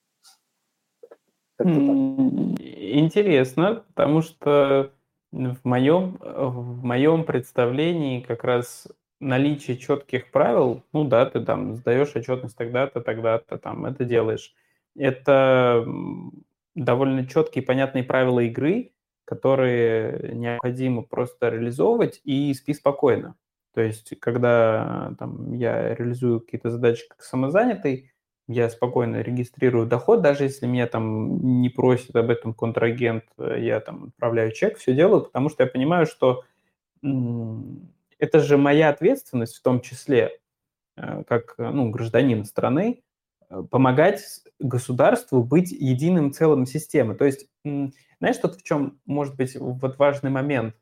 Интересно, потому что в моем, в моем представлении как раз наличие четких правил, ну да, ты там сдаешь отчетность тогда-то, тогда-то, там это делаешь. Это довольно четкие, понятные правила игры, которые необходимо просто реализовывать и спи спокойно. То есть, когда там, я реализую какие-то задачи как самозанятый, я спокойно регистрирую доход, даже если меня там не просит об этом контрагент, я там отправляю чек, все делаю, потому что я понимаю, что м- это же моя ответственность в том числе, э, как ну, гражданин страны, э, помогать государству быть единым целым системы. То есть, м- знаешь, тут в чем может быть вот важный момент?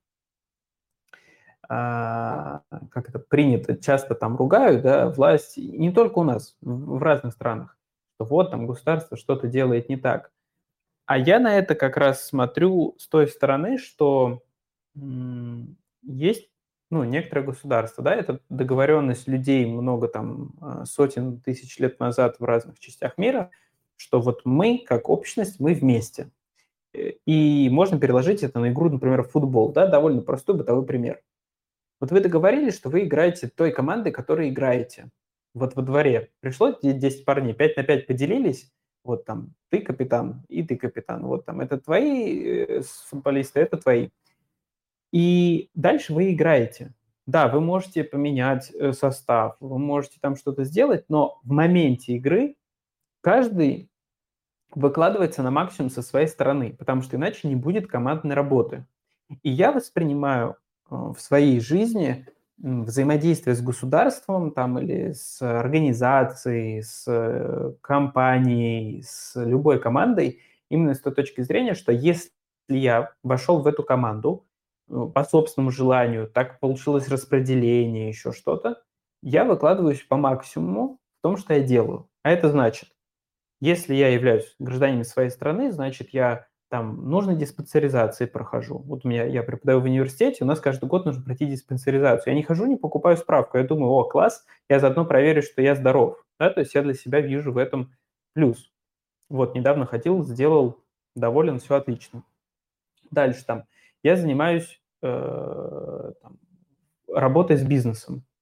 А, как это принято, часто там ругают, да, власть, не только у нас, в, в разных странах, что вот там государство что-то делает не так. А я на это как раз смотрю с той стороны, что м, есть, ну, некоторое государство, да, это договоренность людей много там сотен тысяч лет назад в разных частях мира, что вот мы, как общность, мы вместе. И можно переложить это на игру, например, в футбол, да, довольно простой бытовой пример. Вот вы договорились, что вы играете той командой, которой играете. Вот во дворе пришло десять парней, пять на пять поделились, вот там ты капитан и ты капитан, вот там это твои э, футболисты, это твои. И дальше вы играете. Да, вы можете поменять э, состав, вы можете там что-то сделать, но в моменте игры каждый выкладывается на максимум со своей стороны, потому что иначе не будет командной работы. И я воспринимаю э, в своей жизни м, взаимодействие с государством там, или с организацией, с э, компанией, с любой командой именно с той точки зрения, что если я вошел в эту команду э, по собственному желанию, так получилось распределение, еще что-то, я выкладываюсь по максимуму в том, что я делаю. А это значит, если я являюсь гражданином своей страны, значит, я там нужной диспансеризации прохожу. Вот у меня, я преподаю в университете, у нас каждый год нужно пройти диспансеризацию. Я не хожу, не покупаю справку. Я думаю, о, класс, я заодно проверю, что я здоров. Да, то есть я для себя вижу в этом плюс. Вот, недавно ходил, сделал, доволен, все отлично. Дальше там. Я занимаюсь э, там, работой с бизнесом.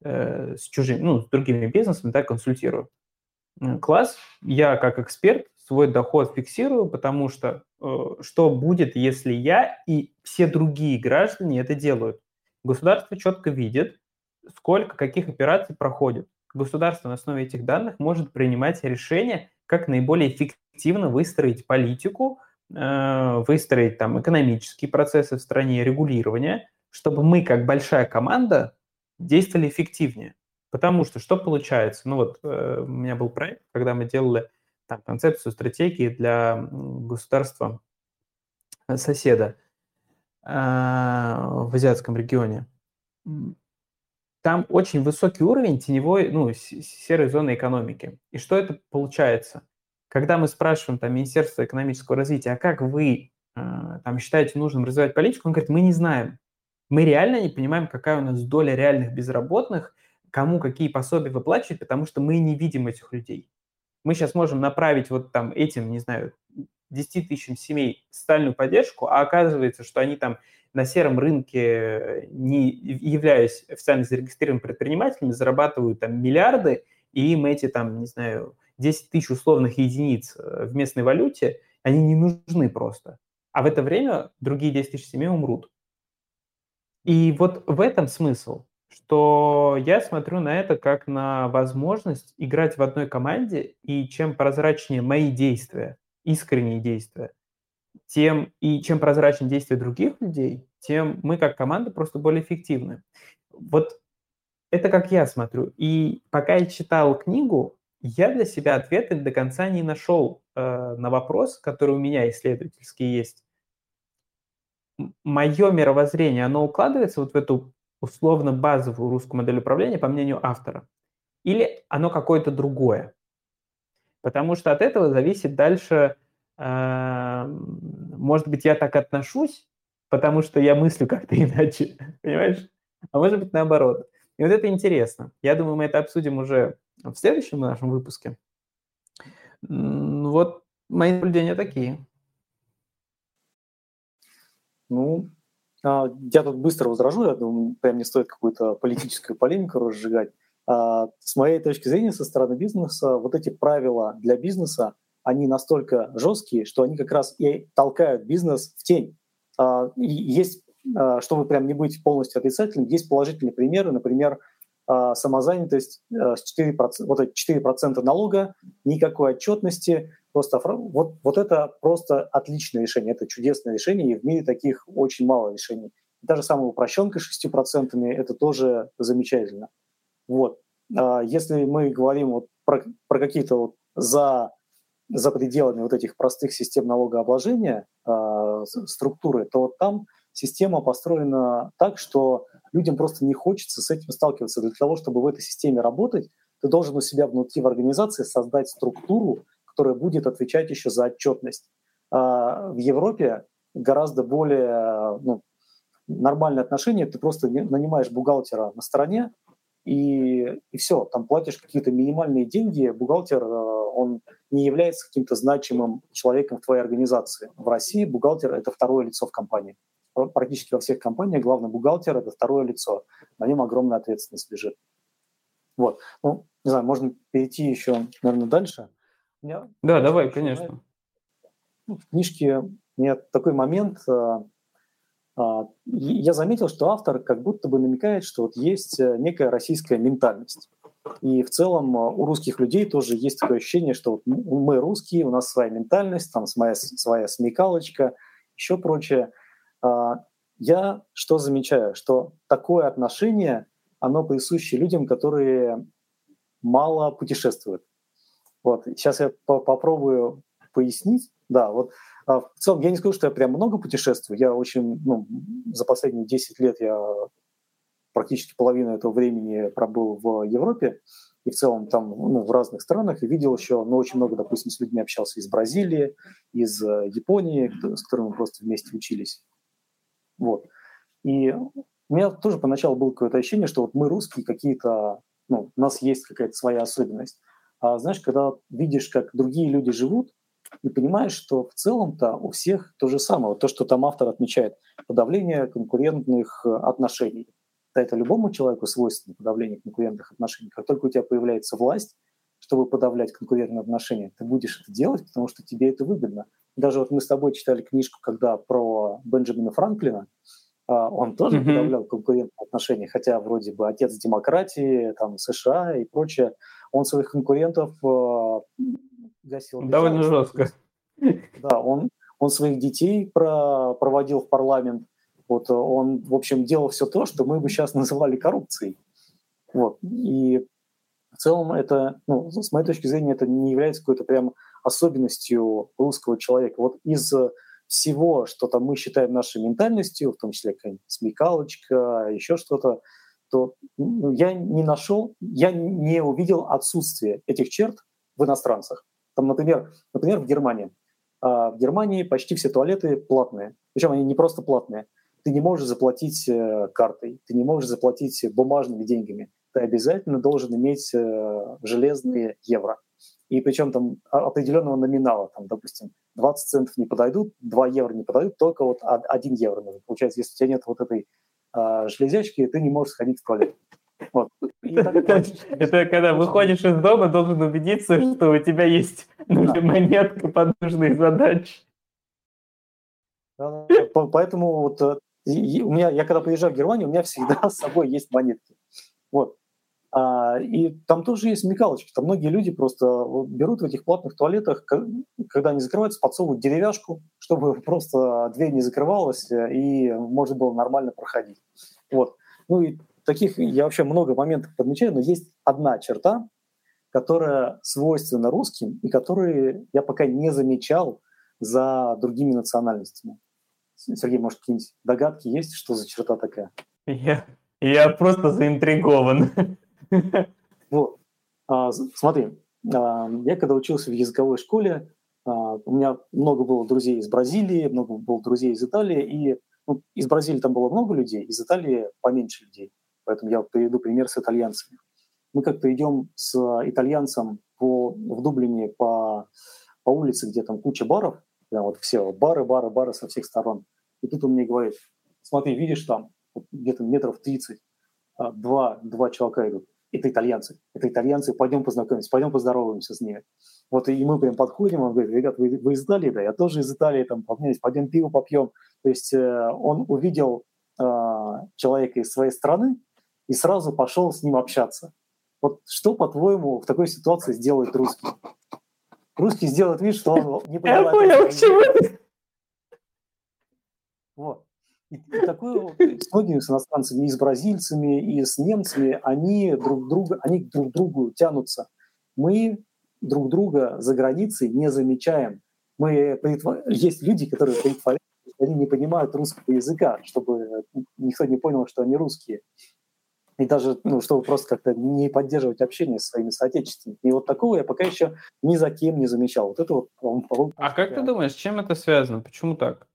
э, с чужими, ну, с другими бизнесами, да, консультирую. Класс, я как эксперт свой доход фиксирую, потому что э, что будет, если я и все другие граждане это делают? Государство четко видит, сколько каких операций проходит. Государство на основе этих данных может принимать решения, как наиболее эффективно выстроить политику, э, выстроить там экономические процессы в стране, регулирование, чтобы мы, как большая команда, действовали эффективнее. Потому что что получается? Ну вот э, у меня был проект, когда мы делали там, концепцию стратегии для государства э, соседа э, в азиатском регионе. Там очень высокий уровень теневой, ну, серой зоны экономики. И что это получается? Когда мы спрашиваем там Министерство экономического развития, а как вы э, там считаете нужным развивать политику, он говорит, мы не знаем. Мы реально не понимаем, какая у нас доля реальных безработных, кому какие пособия выплачивать, потому что мы не видим этих людей. Мы сейчас можем направить вот там этим, не знаю, десяти тысячам семей социальную поддержку, а оказывается, что они там на сером рынке, не являясь официально зарегистрированными предпринимателями, зарабатывают там миллиарды, и им эти там, не знаю, десять тысяч условных единиц в местной валюте, они не нужны просто. А в это время другие десять тысяч семей умрут. И вот в этом смысл, что я смотрю на это как на возможность играть в одной команде, и чем прозрачнее мои действия, искренние действия, тем и чем прозрачнее действия других людей, тем мы как команда просто более эффективны. Вот это как я смотрю. И пока я читал книгу, я для себя ответы до конца не нашел э, на вопрос, который у меня исследовательский есть. Мое мировоззрение, оно укладывается вот в эту условно базовую русскую модель управления, по мнению автора, или оно какое-то другое? Потому что от этого зависит дальше, э, может быть, я так отношусь, потому что я мыслю как-то иначе, понимаешь? А может быть, наоборот. И вот это интересно. Я думаю, мы это обсудим уже в следующем нашем выпуске. Вот мои наблюдения такие. Ну, я тут быстро возражу, я думаю, прям не стоит какую-то политическую полемику разжигать. С моей точки зрения, со стороны бизнеса, вот эти правила для бизнеса, они настолько жесткие, что они как раз и толкают бизнес в тень. И есть, чтобы прям не быть полностью отрицательным, есть положительные примеры, например, самозанятость, четыре процента, вот эти четыре процента налога, никакой отчетности, просто вот, вот это просто отличное решение, это чудесное решение, и в мире таких очень мало решений. Даже самая упрощенка шестью процентами, это тоже замечательно. Вот. Если мы говорим вот про, про какие-то вот за, за пределами вот этих простых систем налогообложения э, структуры, то вот там система построена так, что людям просто не хочется с этим сталкиваться. Для того, чтобы в этой системе работать, ты должен у себя внутри в организации создать структуру, которая будет отвечать еще за отчетность. А в Европе гораздо более ну, нормальное отношение. Ты просто нанимаешь бухгалтера на стороне, и, и все, там платишь какие-то минимальные деньги. Бухгалтер, он не является каким-то значимым человеком в твоей организации. В России бухгалтер — это второе лицо в компании. Практически во всех компаниях главный бухгалтер — это второе лицо. На нем огромная ответственность лежит. Вот. Ну, не знаю, можно перейти еще, наверное, дальше. Да, давай, конечно. В книжке у меня такой момент. Я заметил, что автор как будто бы намекает, что вот есть некая российская ментальность. И в целом у русских людей тоже есть такое ощущение, что вот мы русские, у нас своя ментальность, там своя, своя смекалочка, еще прочее. Я что замечаю? Что такое отношение, оно присуще людям, которые мало путешествуют. Вот. Сейчас я по- попробую пояснить. Да, вот в целом я не скажу, что я прям много путешествую. Я очень, ну, за последние десять лет я практически половину этого времени пробыл в Европе, и в целом там ну, в разных странах, и видел еще, ну, очень много, допустим, с людьми общался из Бразилии, из Японии, с которыми мы просто вместе учились. Вот. И у меня тоже поначалу было какое-то ощущение, что вот мы русские какие-то, ну, у нас есть какая-то своя особенность. А знаешь, когда видишь, как другие люди живут, и понимаешь, что в целом-то у всех то же самое. Вот то, что там автор отмечает, подавление конкурентных отношений. Да, это любому человеку свойственно подавление конкурентных отношений. Как только у тебя появляется власть, чтобы подавлять конкурентные отношения, ты будешь это делать, потому что тебе это выгодно. Даже вот мы с тобой читали книжку, когда про Бенджамина Франклина, он тоже Мгм. подавлял конкурентные отношения, хотя вроде бы отец демократии, там, США и прочее, он своих конкурентов э, гасил Довольно безжалостно. жестко. Да, он, он своих детей про, проводил в парламент. Вот он, в общем, делал все то, что мы бы сейчас называли коррупцией. Вот. И в целом это, ну, с моей точки зрения, это не является какой-то прям особенностью русского человека. Вот из всего, что там мы считаем нашей ментальностью, в том числе какая-нибудь смекалочка, еще что-то, то ну, я не нашел, я не увидел отсутствие этих черт в иностранцах. Там, например, например, в Германии. А в Германии почти все туалеты платные. Причем они не просто платные. Ты не можешь заплатить э, картой, ты не можешь заплатить бумажными деньгами. Ты обязательно должен иметь э, железные евро. И причем там определенного номинала, там, допустим, двадцать центов не подойдут, два евро не подойдут, только вот один евро нужно. Получается, если у тебя нет вот этой э, железячки, ты не можешь сходить в туалет. Вот. И так Это, практически это когда выходишь из дома, должен убедиться, что у тебя есть Да. монетка под нужные задачи. Да, по- Поэтому вот э, и- и у меня, я когда приезжаю в Германию, у меня всегда с собой есть монетки. Вот. А, и там тоже есть смекалочки. Там многие люди просто вот берут в этих платных туалетах, ка- когда они закрываются, подсовывают деревяшку, чтобы просто дверь не закрывалась э, и можно было нормально проходить. Вот. Ну и таких я вообще много моментов подмечаю, но есть одна черта, которая свойственна русским и которую я пока не замечал за другими национальностями. Сергей, может, какие-нибудь догадки есть, что за черта такая? Я, я просто заинтригован. Вот. А, с- смотри, а, я когда учился в языковой школе, а, у меня много было друзей из Бразилии, много было друзей из Италии, и ну, из Бразилии там было много людей, из Италии поменьше людей. Поэтому я приведу пример с итальянцами. Мы как-то идем с итальянцем по, в Дублине по, по улице, где там куча баров, прям вот все вот бары, бары, бары со всех сторон. И тут он мне говорит: смотри, видишь там вот где-то метров тридцать, а, два, два человека идут. Это итальянцы. Это итальянцы, пойдем познакомимся, пойдем поздороваемся с ними. Вот и мы прям подходим, он говорит: ребят, вы, вы из Италии? Да, я тоже из Италии, там, пойдем пиво попьем. То есть э, он увидел э, человека из своей страны и сразу пошел с ним общаться. Вот что, по-твоему, в такой ситуации сделает русский? Русский сделает вид, что он не Я понимает понял, русского к чему языка. ты. Вот. И, и такое вот с многими с иностранцами, и с бразильцами, и с немцами, они друг друга, они друг к другу тянутся. Мы друг друга за границей не замечаем. Мы притва- Есть люди, которые притворяются, что они не понимают русского языка, чтобы никто не понял, что они русские. И даже, ну, чтобы просто как-то не поддерживать общение с своими соотечественниками. И вот такого я пока еще ни за кем не замечал. Вот это вот, по-моему, А как ты думаешь, с чем это связано? Почему так?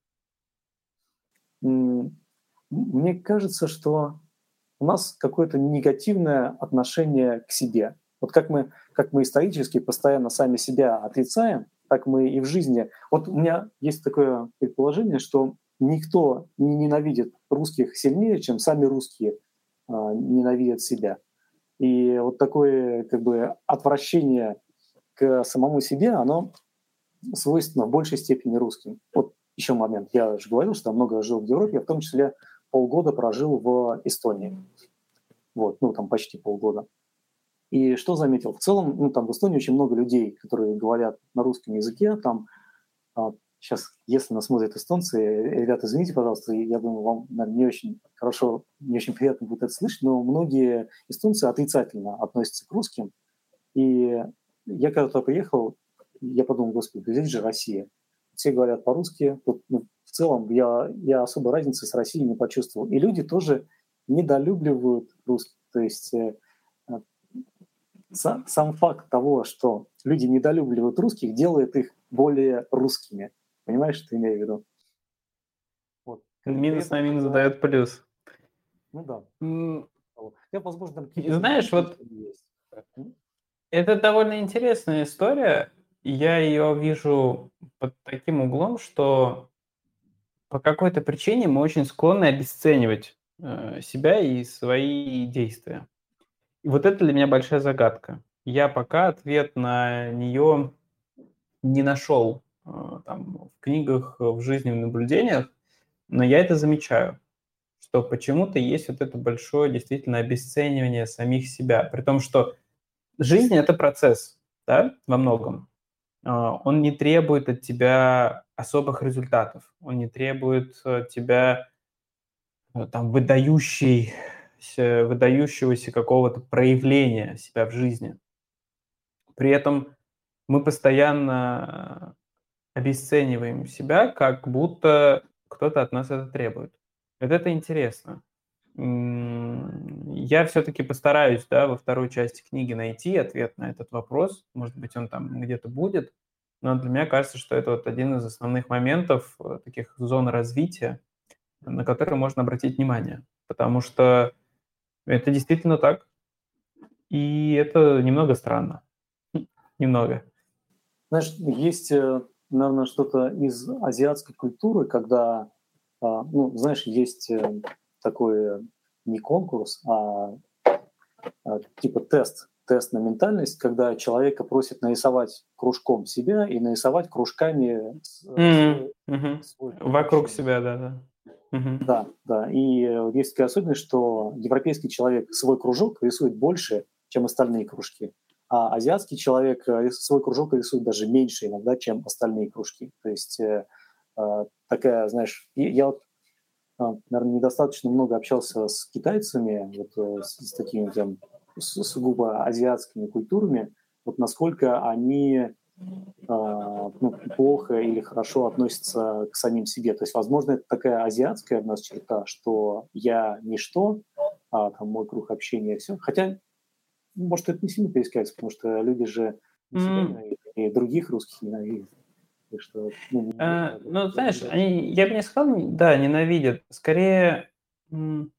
м, мне кажется, что у нас какое-то негативное отношение к себе. Вот как мы, как мы исторически постоянно сами себя отрицаем, так мы и в жизни. Вот у меня есть такое предположение, что никто не ненавидит русских сильнее, чем сами русские а, ненавидят себя. И вот такое как бы отвращение к самому себе, оно свойственно в большей степени русским. Вот еще момент. Я же говорил, что много жил в Европе, я в том числе полгода прожил в Эстонии. Вот, ну, там почти полгода. И что заметил? В целом, ну, там в Эстонии очень много людей, которые говорят на русском языке. Там а, сейчас, если нас смотрят эстонцы, ребята, извините, пожалуйста, я думаю, вам, наверное, не очень хорошо, не очень приятно будет это слышать, но многие эстонцы отрицательно относятся к русским. И я когда туда приехал, я подумал: господи, здесь же Россия. Все говорят по-русски. Тут, ну, в целом я, я особой разницы с Россией не почувствовал. И люди тоже недолюбливают русских. То есть э, э, сам, сам факт того, что люди недолюбливают русских, делает их более русскими. Понимаешь, что я имею в виду? Вот. При Минус на этом, минус когда... дает плюс. Ну да. М, Вот. Я, возможно, там и какие-то Знаешь, политические вот истории есть. М, это довольно интересная история. Я ее вижу под таким углом, что по какой-то причине мы очень склонны обесценивать э, себя и свои действия. И вот это для меня большая загадка. Я пока ответ на нее не нашел э, там, в книгах, в жизни, в наблюдениях, но я это замечаю, что почему-то есть вот это большое действительно обесценивание самих себя, при том, что жизнь – это процесс, да, во многом. А, Он не требует от тебя особых результатов, он не требует от тебя э, там выдающей, выдающегося какого-то проявления себя в жизни. При этом мы постоянно обесцениваем себя, как будто кто-то от нас это требует. Вот это интересно. М, Я все-таки постараюсь, да, во второй части книги найти ответ на этот вопрос. Может быть, он там где-то будет. Но для меня кажется, что это вот один из основных моментов, э, таких зон развития, на которые можно обратить внимание. Потому что это действительно так. И это немного странно. Немного. Знаешь, есть, э, наверное, что-то из азиатской культуры, когда, а, ну, знаешь, есть э, такой э, не конкурс, а, а типа тест, тест на ментальность, когда человека просят нарисовать кружком себя и нарисовать кружками с- э, М, свой, мгм. свой круг Вокруг общения. себя, да-да. Мгм. Да, да. И э, вот есть такая особенность, что европейский человек свой кружок рисует больше, чем остальные кружки. А азиатский человек э, рис- свой кружок рисует даже меньше иногда, чем остальные кружки. То есть э, э, такая, знаешь, и- я вот, наверное, недостаточно много общался с китайцами, вот, э, с, с такими там с- сугубо азиатскими культурами, вот насколько они а, ну, плохо или хорошо относятся к самим себе. То есть, возможно, это такая азиатская у нас черта, что я ничто, а там мой круг общения и все. Хотя, ну, может, это не сильно пересекается, потому что люди же и себя М, ненавидят, и других русских ненавидят. Так что, ну, не э, обязательно это ну, знаешь, разделять. они, я бы не сказал, да, ненавидят. Скорее, м,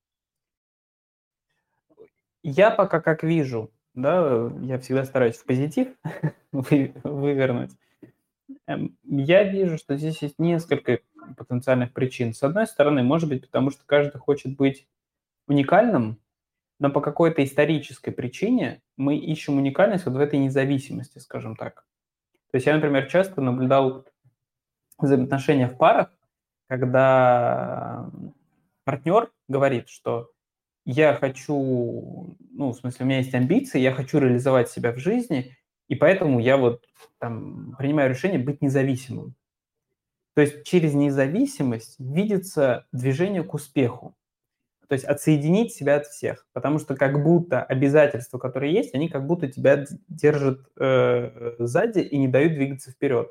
я пока как вижу, да, я всегда стараюсь в позитив вы- вывернуть. Эм, Я вижу, что здесь есть несколько потенциальных причин. С одной стороны, может быть, потому что каждый хочет быть уникальным, но по какой-то исторической причине мы ищем уникальность вот в этой независимости, скажем так. То есть я, например, часто наблюдал взаимоотношения в парах, когда партнер говорит, что я хочу, ну, в смысле, у меня есть амбиции, я хочу реализовать себя в жизни, и поэтому я вот там принимаю решение быть независимым. То есть через независимость видится движение к успеху. То есть отсоединить себя от всех, потому что как будто обязательства, которые есть, они как будто тебя держат э, сзади и не дают двигаться вперед.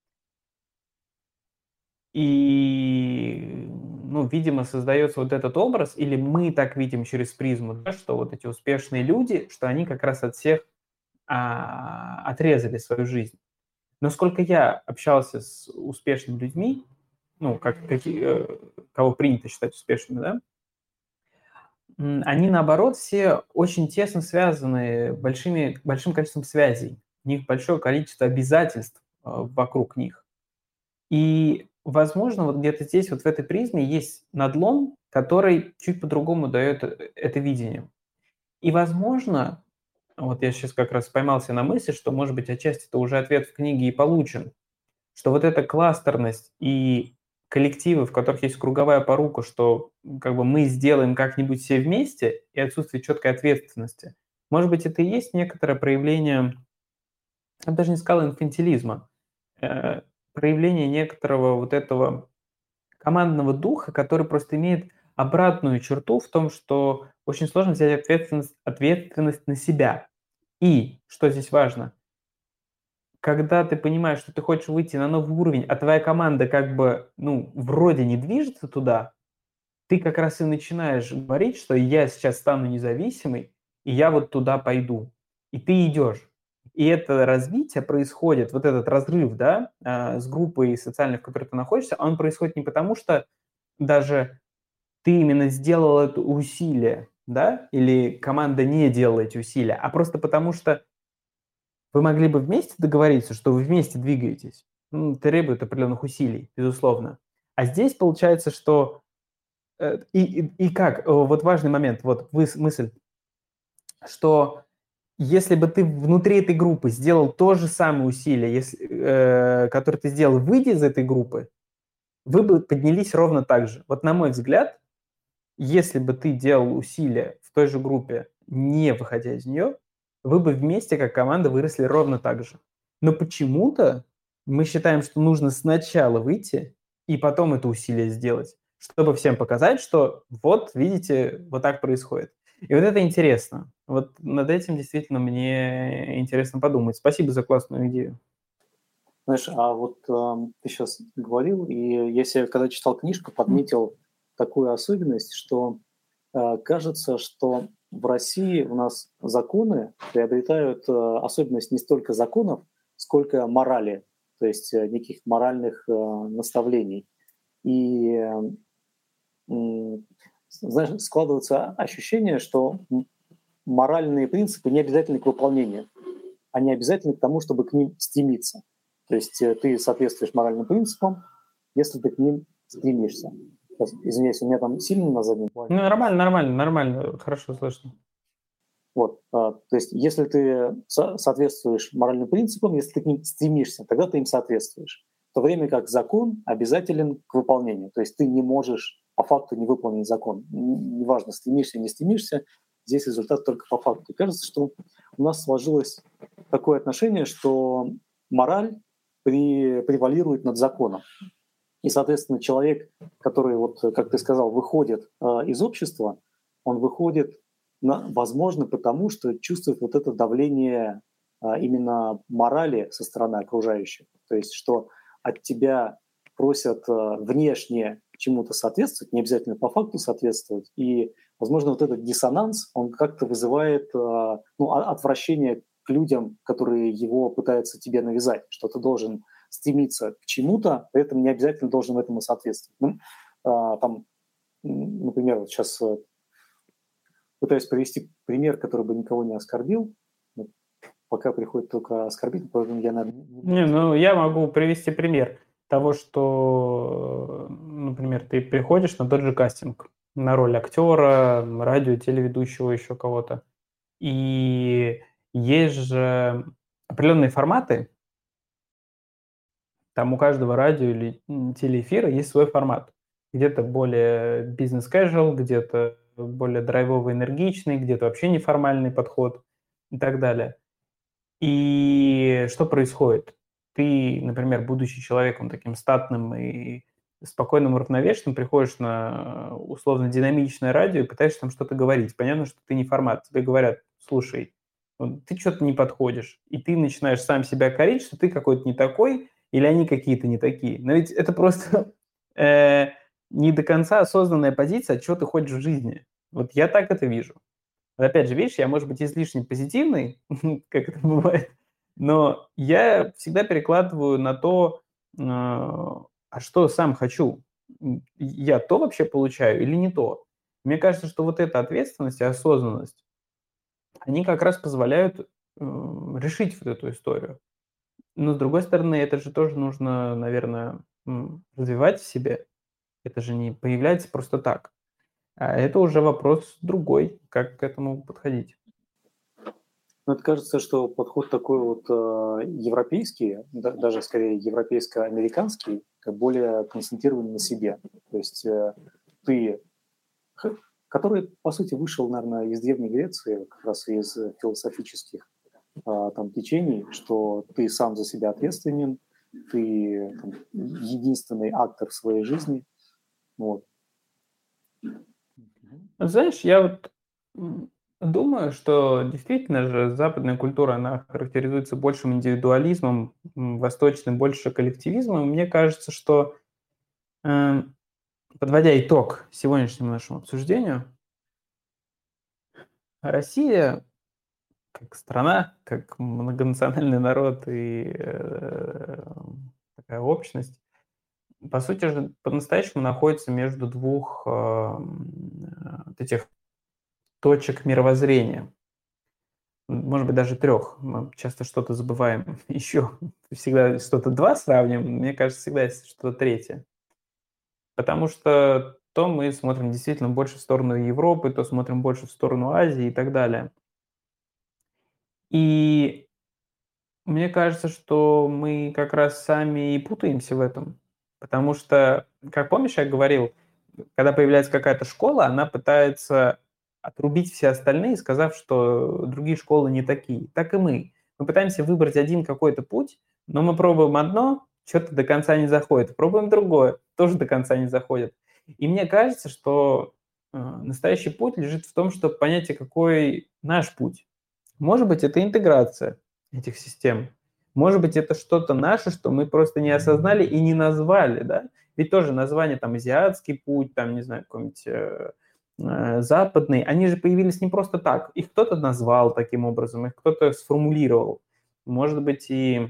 И, ну, видимо, создается вот этот образ, или мы так видим через призму, да, что вот эти успешные люди, что они как раз от всех а, отрезали свою жизнь. Но сколько я общался с успешными людьми, ну, как, какие, э, кого принято считать успешными, да, м, они, наоборот, все очень тесно связаны большими, большим количеством связей. У них большое количество обязательств э, вокруг них. И, возможно, вот где-то здесь, вот в этой призме есть надлом, который чуть по-другому дает э, это видение. И, возможно, вот я сейчас как раз поймался на мысли, что, может быть, отчасти это уже ответ в книге и получен, что вот эта кластерность и коллективы, в которых есть круговая порука, что м, как бы мы сделаем как-нибудь все вместе, и отсутствие четкой ответственности, может быть, это и есть некоторое проявление, я бы даже не сказал инфантилизма, э, проявление некоторого вот этого командного духа, который просто имеет обратную черту в том, что очень сложно взять ответственность, ответственность на себя. И, что здесь важно, когда ты понимаешь, что ты хочешь выйти на новый уровень, а твоя команда как бы, ну, вроде не движется туда, ты как раз и начинаешь говорить, что я сейчас стану независимой, и я вот туда пойду. И ты идешь. И это развитие происходит, вот этот разрыв, да, а, с группой социальной, в которой ты находишься, он происходит не потому, что даже ты именно сделал это усилие, да, или команда не делала эти усилия, а просто потому что вы могли бы вместе договориться, что вы вместе двигаетесь. Ну, требует определенных усилий, безусловно. А здесь получается, что э, и, и, и как, вот важный момент, вот мысль, что если бы ты внутри этой группы сделал то же самое усилие, если, э, которое ты сделал, выйдя из этой группы, вы бы поднялись ровно так же. Вот на мой взгляд, если бы ты делал усилия в той же группе, не выходя из нее, вы бы вместе как команда выросли ровно так же. Но почему-то мы считаем, что нужно сначала выйти и потом это усилие сделать, чтобы всем показать, что вот, видите, вот так происходит. И вот это интересно. Вот над этим действительно мне интересно подумать. Спасибо за классную идею. Знаешь, а вот э, ты сейчас говорил, и я себе, когда читал книжку, подметил такую особенность, что э, кажется, что в России у нас законы приобретают э, особенность не столько законов, сколько морали, то есть э, неких моральных э, наставлений. И э, знаешь, складывается ощущение, что моральные принципы не обязательны к выполнению, они обязательны к тому, чтобы к ним стремиться. То есть э, ты соответствуешь моральным принципам, если ты к ним стремишься. Сейчас, извиняюсь, у меня там сильно на заднем плане. Ну, нормально, нормально, нормально, хорошо слышно. Вот, а, то есть если ты со- соответствуешь моральным принципам, если ты к ним стремишься, тогда ты им соответствуешь. В то время как закон обязателен к выполнению. То есть ты не можешь по факту не выполнить закон. Н- Неважно, стремишься, не стремишься, здесь результат только по факту. И кажется, что у нас сложилось такое отношение, что мораль при, превалирует над законом. И, соответственно, человек, который, вот, как ты сказал, выходит э, из общества, он выходит, на, возможно, потому что чувствует вот это давление э, именно морали со стороны окружающих. То есть, что от тебя просят э, внешне чему-то соответствовать, не обязательно по факту соответствовать. И, возможно, вот этот диссонанс, он как-то вызывает э, ну, отвращение к людям, которые его пытаются тебе навязать, что ты должен стремиться к чему-то, при этом не обязательно должен этому соответствовать. Ну, а, там, например, вот сейчас пытаюсь привести пример, который бы никого не оскорбил. Пока приходит только оскорбитель, поэтому я, наверное, не буду. Не, ну, я могу привести пример того, что, например, ты приходишь на тот же кастинг на роль актера, радио, телеведущего, еще кого-то. И есть же определенные форматы, там у каждого радио или телеэфира есть свой формат. Где-то более бизнес-casual, где-то более драйвовый, энергичный, где-то вообще неформальный подход и так далее. И что происходит? Ты, например, будучи человеком таким статным и спокойным, уравновешенным, приходишь на условно динамичное радио и пытаешься там что-то говорить. Понятно, что ты не формат. Тебе говорят, слушай, ты что-то не подходишь. И ты начинаешь сам себя корить, что ты какой-то не такой, или они какие-то не такие. Но ведь это просто э, не до конца осознанная позиция, что ты хочешь в жизни. Вот я так это вижу. Опять же, видишь, я, может быть, излишне позитивный, как это бывает, но я всегда перекладываю на то, а что сам хочу. Я то вообще получаю или не то? Мне кажется, что вот эта ответственность и осознанность, они как раз позволяют э, решить вот эту историю. Но, с другой стороны, это же тоже нужно, наверное, развивать в себе. Это же не появляется просто так. А это уже вопрос другой, как к этому подходить. Ну, это кажется, что подход такой вот э, европейский, да, даже скорее европейско-американский, как более концентрирован на себе. То есть э, ты, который, по сути, вышел, наверное, из Древней Греции, как раз из философических э, там течений, что ты сам за себя ответственен, ты там, единственный актор в своей жизни. Вот. Знаешь, я вот думаю, что действительно же западная культура, она характеризуется большим индивидуализмом, восточным больше коллективизмом. Мне кажется, что, э, подводя итог сегодняшнему нашему обсуждению, Россия как страна, как многонациональный народ и э, такая общность, по сути же, по-настоящему находится между двух э, вот этих точек мировоззрения. Может быть, даже трех. Мы часто что-то забываем еще. Всегда что-то два сравним. Мне кажется, всегда есть что-то третье. Потому что то мы смотрим действительно больше в сторону Европы, то смотрим больше в сторону Азии и так далее. И мне кажется, что мы как раз сами и путаемся в этом. Потому что, как помнишь, я говорил, когда появляется какая-то школа, она пытается отрубить все остальные, сказав, что другие школы не такие. Так и мы. Мы пытаемся выбрать один какой-то путь, но мы пробуем одно, что-то до конца не заходит. Пробуем другое, тоже до конца не заходит. И мне кажется, что э, настоящий путь лежит в том, чтобы понять, а какой наш путь. Может быть, это интеграция этих систем. Может быть, это что-то наше, что мы просто не осознали и не назвали, да? Ведь тоже название там азиатский путь, там, не знаю, какой-нибудь э, э, западный, они же появились не просто так. Их кто-то назвал таким образом, их кто-то сформулировал. Может быть, и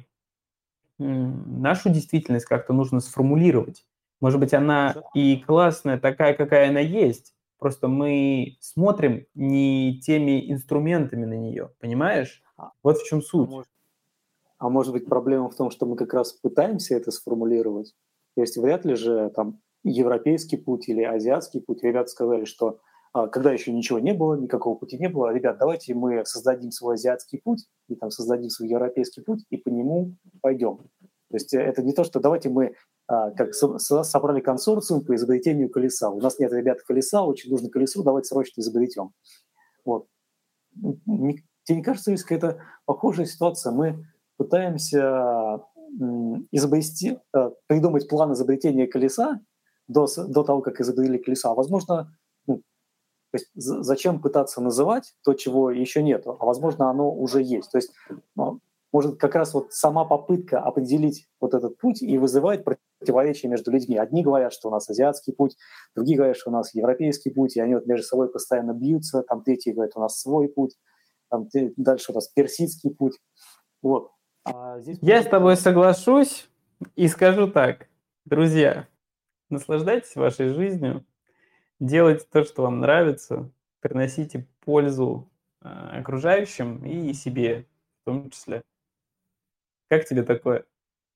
м, нашу действительность как-то нужно сформулировать. Может быть, она и классная такая, какая она есть, просто мы смотрим не теми инструментами на нее, понимаешь? Вот в чем А суть. может, а может быть, проблема в том, что мы как раз пытаемся это сформулировать? То есть вряд ли же там европейский путь или азиатский путь, ребята сказали, что а, когда еще ничего не было, никакого пути не было, ребят, давайте мы создадим свой азиатский путь и там создадим свой европейский путь и по нему пойдем. То есть это не то, что давайте мы а, как со- со- собрали консорциум по изобретению колеса. У нас нет, ребят, колеса, очень нужно колесо, давайте срочно изобретем. Вот. Не- Тебе не кажется, есть какая-то похожая ситуация? Мы пытаемся м, изобрести, э, придумать план изобретения колеса до, с- до того, как изобрели колесо. А возможно, ну, то есть з- зачем пытаться называть то, чего еще нет, а возможно, оно уже есть. То есть, ну, может, как раз вот сама попытка определить вот этот путь и вызывает противоречия между людьми. Одни говорят, что у нас азиатский путь, другие говорят, что у нас европейский путь, и они вот между собой постоянно бьются, там третьи говорят, у нас свой путь, там те- дальше у нас персидский путь. Вот. А здесь Я с может... тобой соглашусь и скажу так. Друзья, наслаждайтесь вашей жизнью, делайте то, что вам нравится, приносите пользу э, окружающим и себе в том числе. Как тебе такое?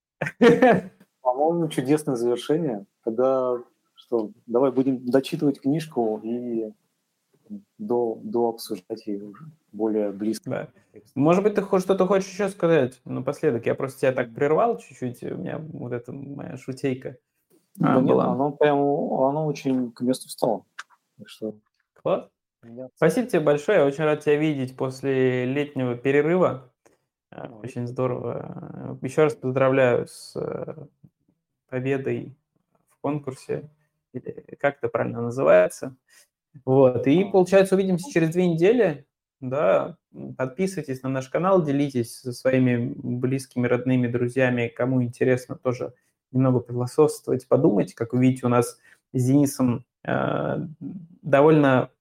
По-моему, чудесное завершение. Тогда что, давай будем дочитывать книжку и до, до обсуждать ее уже более близко. Да. Может быть, ты хо- что-то хочешь еще сказать напоследок? Я просто тебя так прервал чуть-чуть, у меня вот эта моя шутейка а, Да нет, была. оно прям, оно очень к месту стало. Так что Класс. я... Спасибо тебе большое, я очень рад тебя видеть после летнего перерыва. Э, Очень здорово. Еще раз поздравляю с э, победой в конкурсе, или как это правильно называется. Вот. И А, получается, увидимся через две недели. Да, подписывайтесь на наш канал, делитесь со своими близкими, родными, друзьями, кому интересно тоже немного философствовать, подумать. Как вы видите, у нас с Денисом э, довольно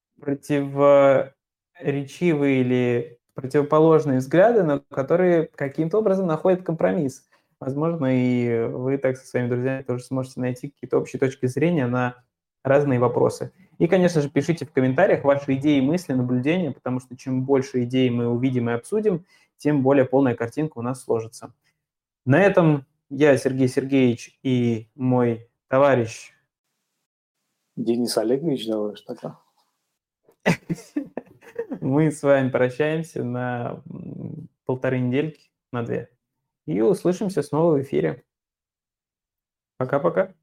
противоречивые или противоположные взгляды, но которые каким-то образом находят компромисс. Возможно, и вы так со своими друзьями тоже сможете найти какие-то общие точки зрения на разные вопросы. И, конечно же, пишите в комментариях ваши идеи, мысли, наблюдения, потому что чем больше идей мы увидим и обсудим, тем более полная картинка у нас сложится. На этом я, Сергей Сергеевич, и мой товарищ Денис Олегович, давай, что то мы с вами прощаемся на м, полторы недельки, на две. И услышимся снова в эфире. Пока-пока.